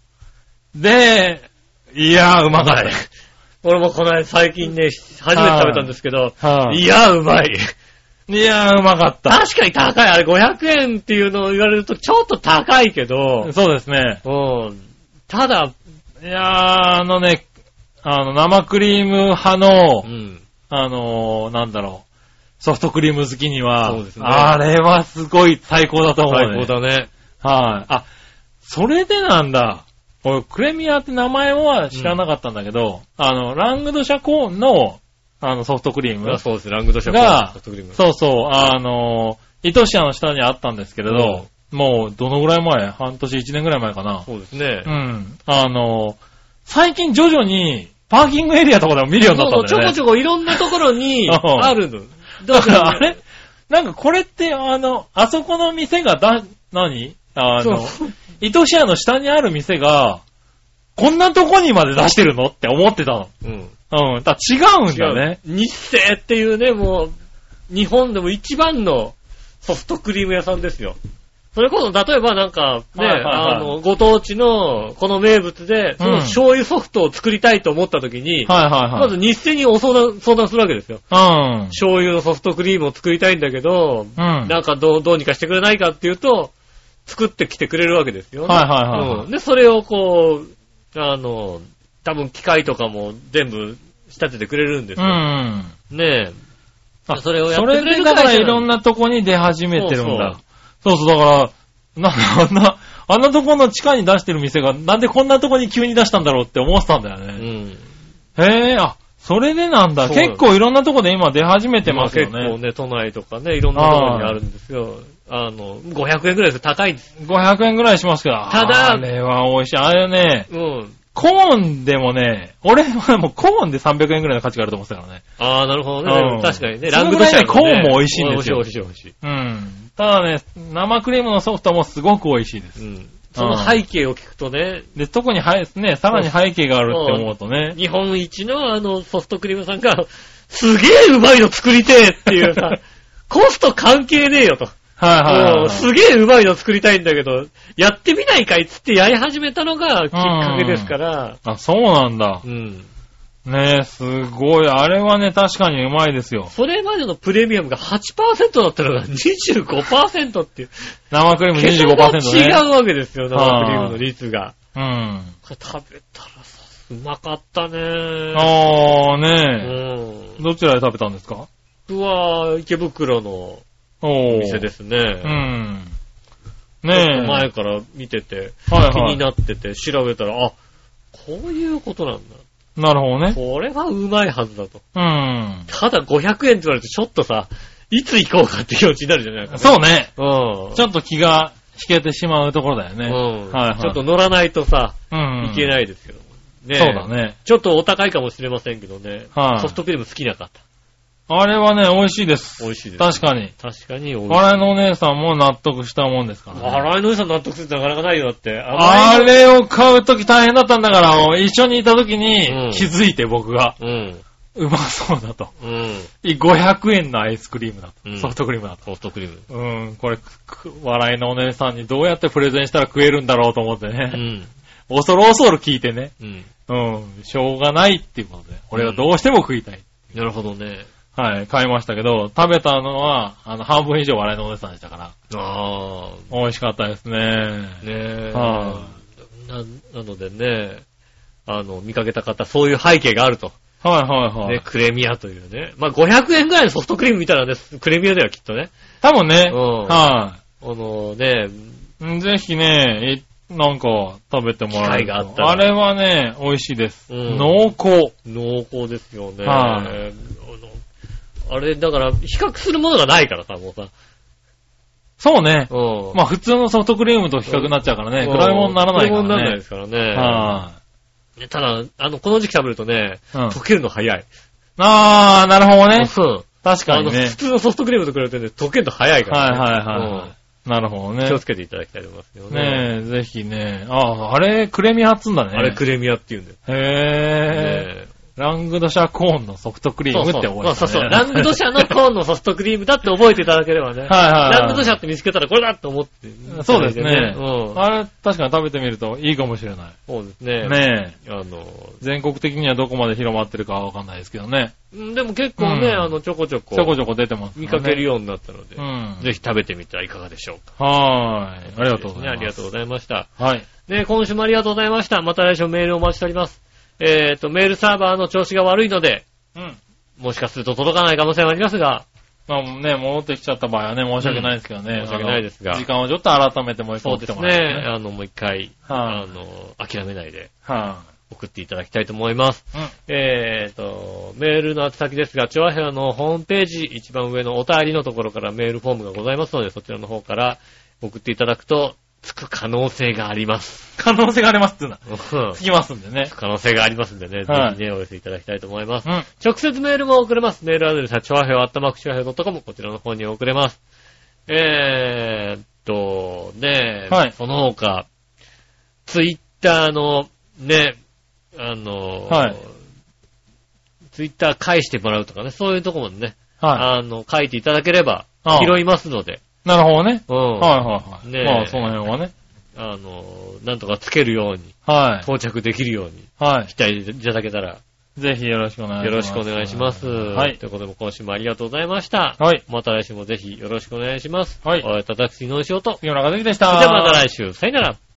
で、いやー、うまかった。 俺もこの間最近ね、初めて食べたんですけど、はあ、いやー、うまい。 いやー、うまかった。 確かに高い。あれごひゃくえんっていうのを言われるとちょっと高いけど。 そうですね。 うん。ただ、 いやー、あのね、あの、生クリーム派の、うん、あのー、なんだろう、ソフトクリーム好きには、そうですね、あれはすごい最高だと思うね。 最高だね。 はい、あ。あ、それでなんだ。俺、クレミアって名前は知らなかったんだけど、うん、あの、ラングドシャコーンの、あの、ソフトクリーム。 そうです、ラングドシャコーンのソフトクリーム。 そうそう、あの、イトシアの下にあったんですけれど、うん、もう、どのぐらい前半年、いちねんぐらい前かな。 そうですね。 うん。あの、最近徐々に、パーキングエリアとかでも見るようになったんだよね。 そうそう、ちょこちょこいろんなところにあるの。 だから、あれなんかこれって、あの、あそこの店がだ、何あの、イトシアの下にある店が、こんなとこにまで出してるのって思ってたの。うん。うん。だ違うんだね。 日清っていうね、もう、日本でも一番のソフトクリーム屋さんですよ。それこそ、例えばなんか、ね、はいはいはい、あの、ご当地のこの名物で、その醤油ソフトを作りたいと思った時に、うん、はいはいはい、まず日清にお相談、相談するわけですよ。うん。醤油のソフトクリームを作りたいんだけど、うん。なんかどう、どうにかしてくれないかっていうと、作ってきてくれるわけですよ、ね。はいはいはい、はい、うん。で、それをこう、あの、多分機械とかも全部仕立ててくれるんですよ。うん。ねえ。 あ、それをやってくれるから。それでだからいろんなとこに出始めてるんだ。そうそう、そうそうだから、なんかあんな、あんなとこの地下に出してる店がなんでこんなとこに急に出したんだろうって思ってたんだよね。うん。へえ、あ、それでなんだ。結構いろんなとこで今出始めてますよね。 結構ね、都内とかね、いろんなところにあるんですよ。あの、ごひゃくえんぐらいです。高いです。 ごひゃくえんぐらいしますけど。ただ、あれは美味しい。あれね、うん。コーンでもね、俺はもうコーンでさんびゃくえんぐらいの価値があると思ってたからね。 ああ、なるほどね。うん、確かにね。 ラングドシャ、ね、コーンも美味しいんですよ。 美味しい美味しい美味しい。 うん。ただね、生クリームのソフトもすごく美味しいです。うん。 その背景を聞くとね。 で、特にはね、さらに背景があるって思うとね。 日本一のあのソフトクリームさんが、すげえうまいの作りてえっていうさ、コスト関係ねえよと。はいはいはい、はい。すげえうまいの作りたいんだけど、やってみないかいっつってやり始めたのがきっかけですから。 あ、そうなんだ。うん。ねえ、すごい。あれはね、確かにうまいですよ。 それまでのプレミアムが はちパーセント だったのが にじゅうごパーセント っていう。 生クリーム にじゅうごパーセント ね。 違うわけですよ、生クリームの率が。うん。これ食べたらさ、うまかったね。 ああ、ねえ。うん。どちらで食べたんですか？ 僕は池袋のお店ですね。うん。ねえ。前から見てて、はいはい、気になってて、調べたら、あ、こういうことなんだ。 なるほどね。 これはうまいはずだと。うん。ただごひゃくえんって言われてちょっとさ、いつ行こうかって気持ちになるじゃないか、ね。 そうね。うん。ちょっと気が引けてしまうところだよね。 うん。はいはい。ちょっと乗らないとさ、うん、いけないですけども。 ね。そうだね。 ちょっとお高いかもしれませんけどね。はい。ソフトクリーム好きな方。 あれはね、美味しいです。 美味しいです、 ね。確かに。 確かに美味しい。 笑いのお姉さんも納得したもんですからね。 笑いのお姉さん納得するってなかなかないよだって。 あれを買うとき大変だったんだから、一緒にいたときに気づいて僕が。うん。うまそうだと。うん。ごひゃくえんのアイスクリームだと。うん、ソフトクリームだと。 ソフトクリーム。 うん。これ、笑いのお姉さんにどうやってプレゼンしたら食えるんだろうと思ってね。うん。恐る恐る聞いてね。うん。うん。しょうがないっていうことで。俺はどうしても食いたい。 うん、なるほどね。 はい、買いましたけど、食べたのは、あの、半分以上笑いのお姉さんでしたから。ああ。美味しかったですね。ねえ。はあ、な、なのでね、あの、見かけた方、そういう背景があると。 はいはいはい。 ね、クレミアというね。まあ、ごひゃくえんぐらいのソフトクリーム見たらね、クレミアだよ、きっとね。 多分ね。 うん。 はい。 あのね、 ぜひね、なんか食べてもらえる。機会があったら。あれはね、美味しいです。うん、濃厚。 濃厚ですよね。はい。あれ、だから、比較するものがないからさ、もうさ。 そうね。うん。まあ、普通のソフトクリームと比較になっちゃうからね。比べ物にならないからね。比べ物にならないですからね。はい。ただ、あの、この時期食べるとね、うん、溶けるの早い。 あー、なるほどね。そう。確かにね。 あの、普通のソフトクリームと比べてね、溶けるの早いからね。 はいはいはい。うんなるほどね。 気をつけていただきたいと思いますけどね。 ねえ、ぜひね。ああ、あれ、クレミアっつんだね。 あれ、クレミアって言うんだよ。 へえ。ラングドシャコーンのソフトクリームって覚えてたね。 そうそうそう。ラングドシャのコーンのソフトクリームだって覚えていただければね。はいはい、はい。ラングドシャって見つけたらこれだって思って、 ね。そうですね。うん。あれ、確かに食べてみるといいかもしれない。 そうですね。 ねえ。あの、全国的にはどこまで広まってるかはわかんないですけどね。 でも結構ね、うん、あの、ちょこちょこ。 ちょこちょこ出てます、ね。 見かけるようになったので。うん。ぜひ食べてみてはいかがでしょうか。 はーい。ありがとうございます。 ありがとうございました。 はい。 ね、今週もありがとうございました。また来週メールをお待ちしております。えっと、メールサーバーの調子が悪いので、うん。もしかすると届かない可能性はありますが、 まあね、戻ってきちゃった場合はね、申し訳ないですけどね。 うん、申し訳ないですが。 時間をちょっと改めてもう一回送ってもらって、ね。そうですね。あの、もう一回、はあ、あの、諦めないで、はあ、送っていただきたいと思います。うん、えっと、メールの宛先ですが、チョアヘアのホームページ、一番上のお便りのところからメールフォームがございますので、そちらの方から送っていただくと、つく可能性があります。 可能性がありますっていうのは。つきますんでね。 つく可能性がありますんでね。はい、ぜひね、お寄せいただきたいと思います。うん、直接メールも送れます。メールアドレスは、チョアヘオアットマークチョアヘオドットコム、こちらの方に送れます。えーっと、ね、はい、その他、ツイッターの、ね、あの、はい、ツイッター返してもらうとかね、そういうところもね、はい、あの、書いていただければ、拾いますので。 なるほどね。うん。はいはいはい。ね、まあ、その辺はね。 あの、なんとかつけるように、はい。到着できるように、はい。していただけたら、 ぜひよろしくお願いします。 よろしくお願いします。はい。ということで、今週もありがとうございました。はい。また来週もぜひよろしくお願いします。はい。お会いいただくしのしおと、 杉村和之でした。 じゃあまた来週、さよなら。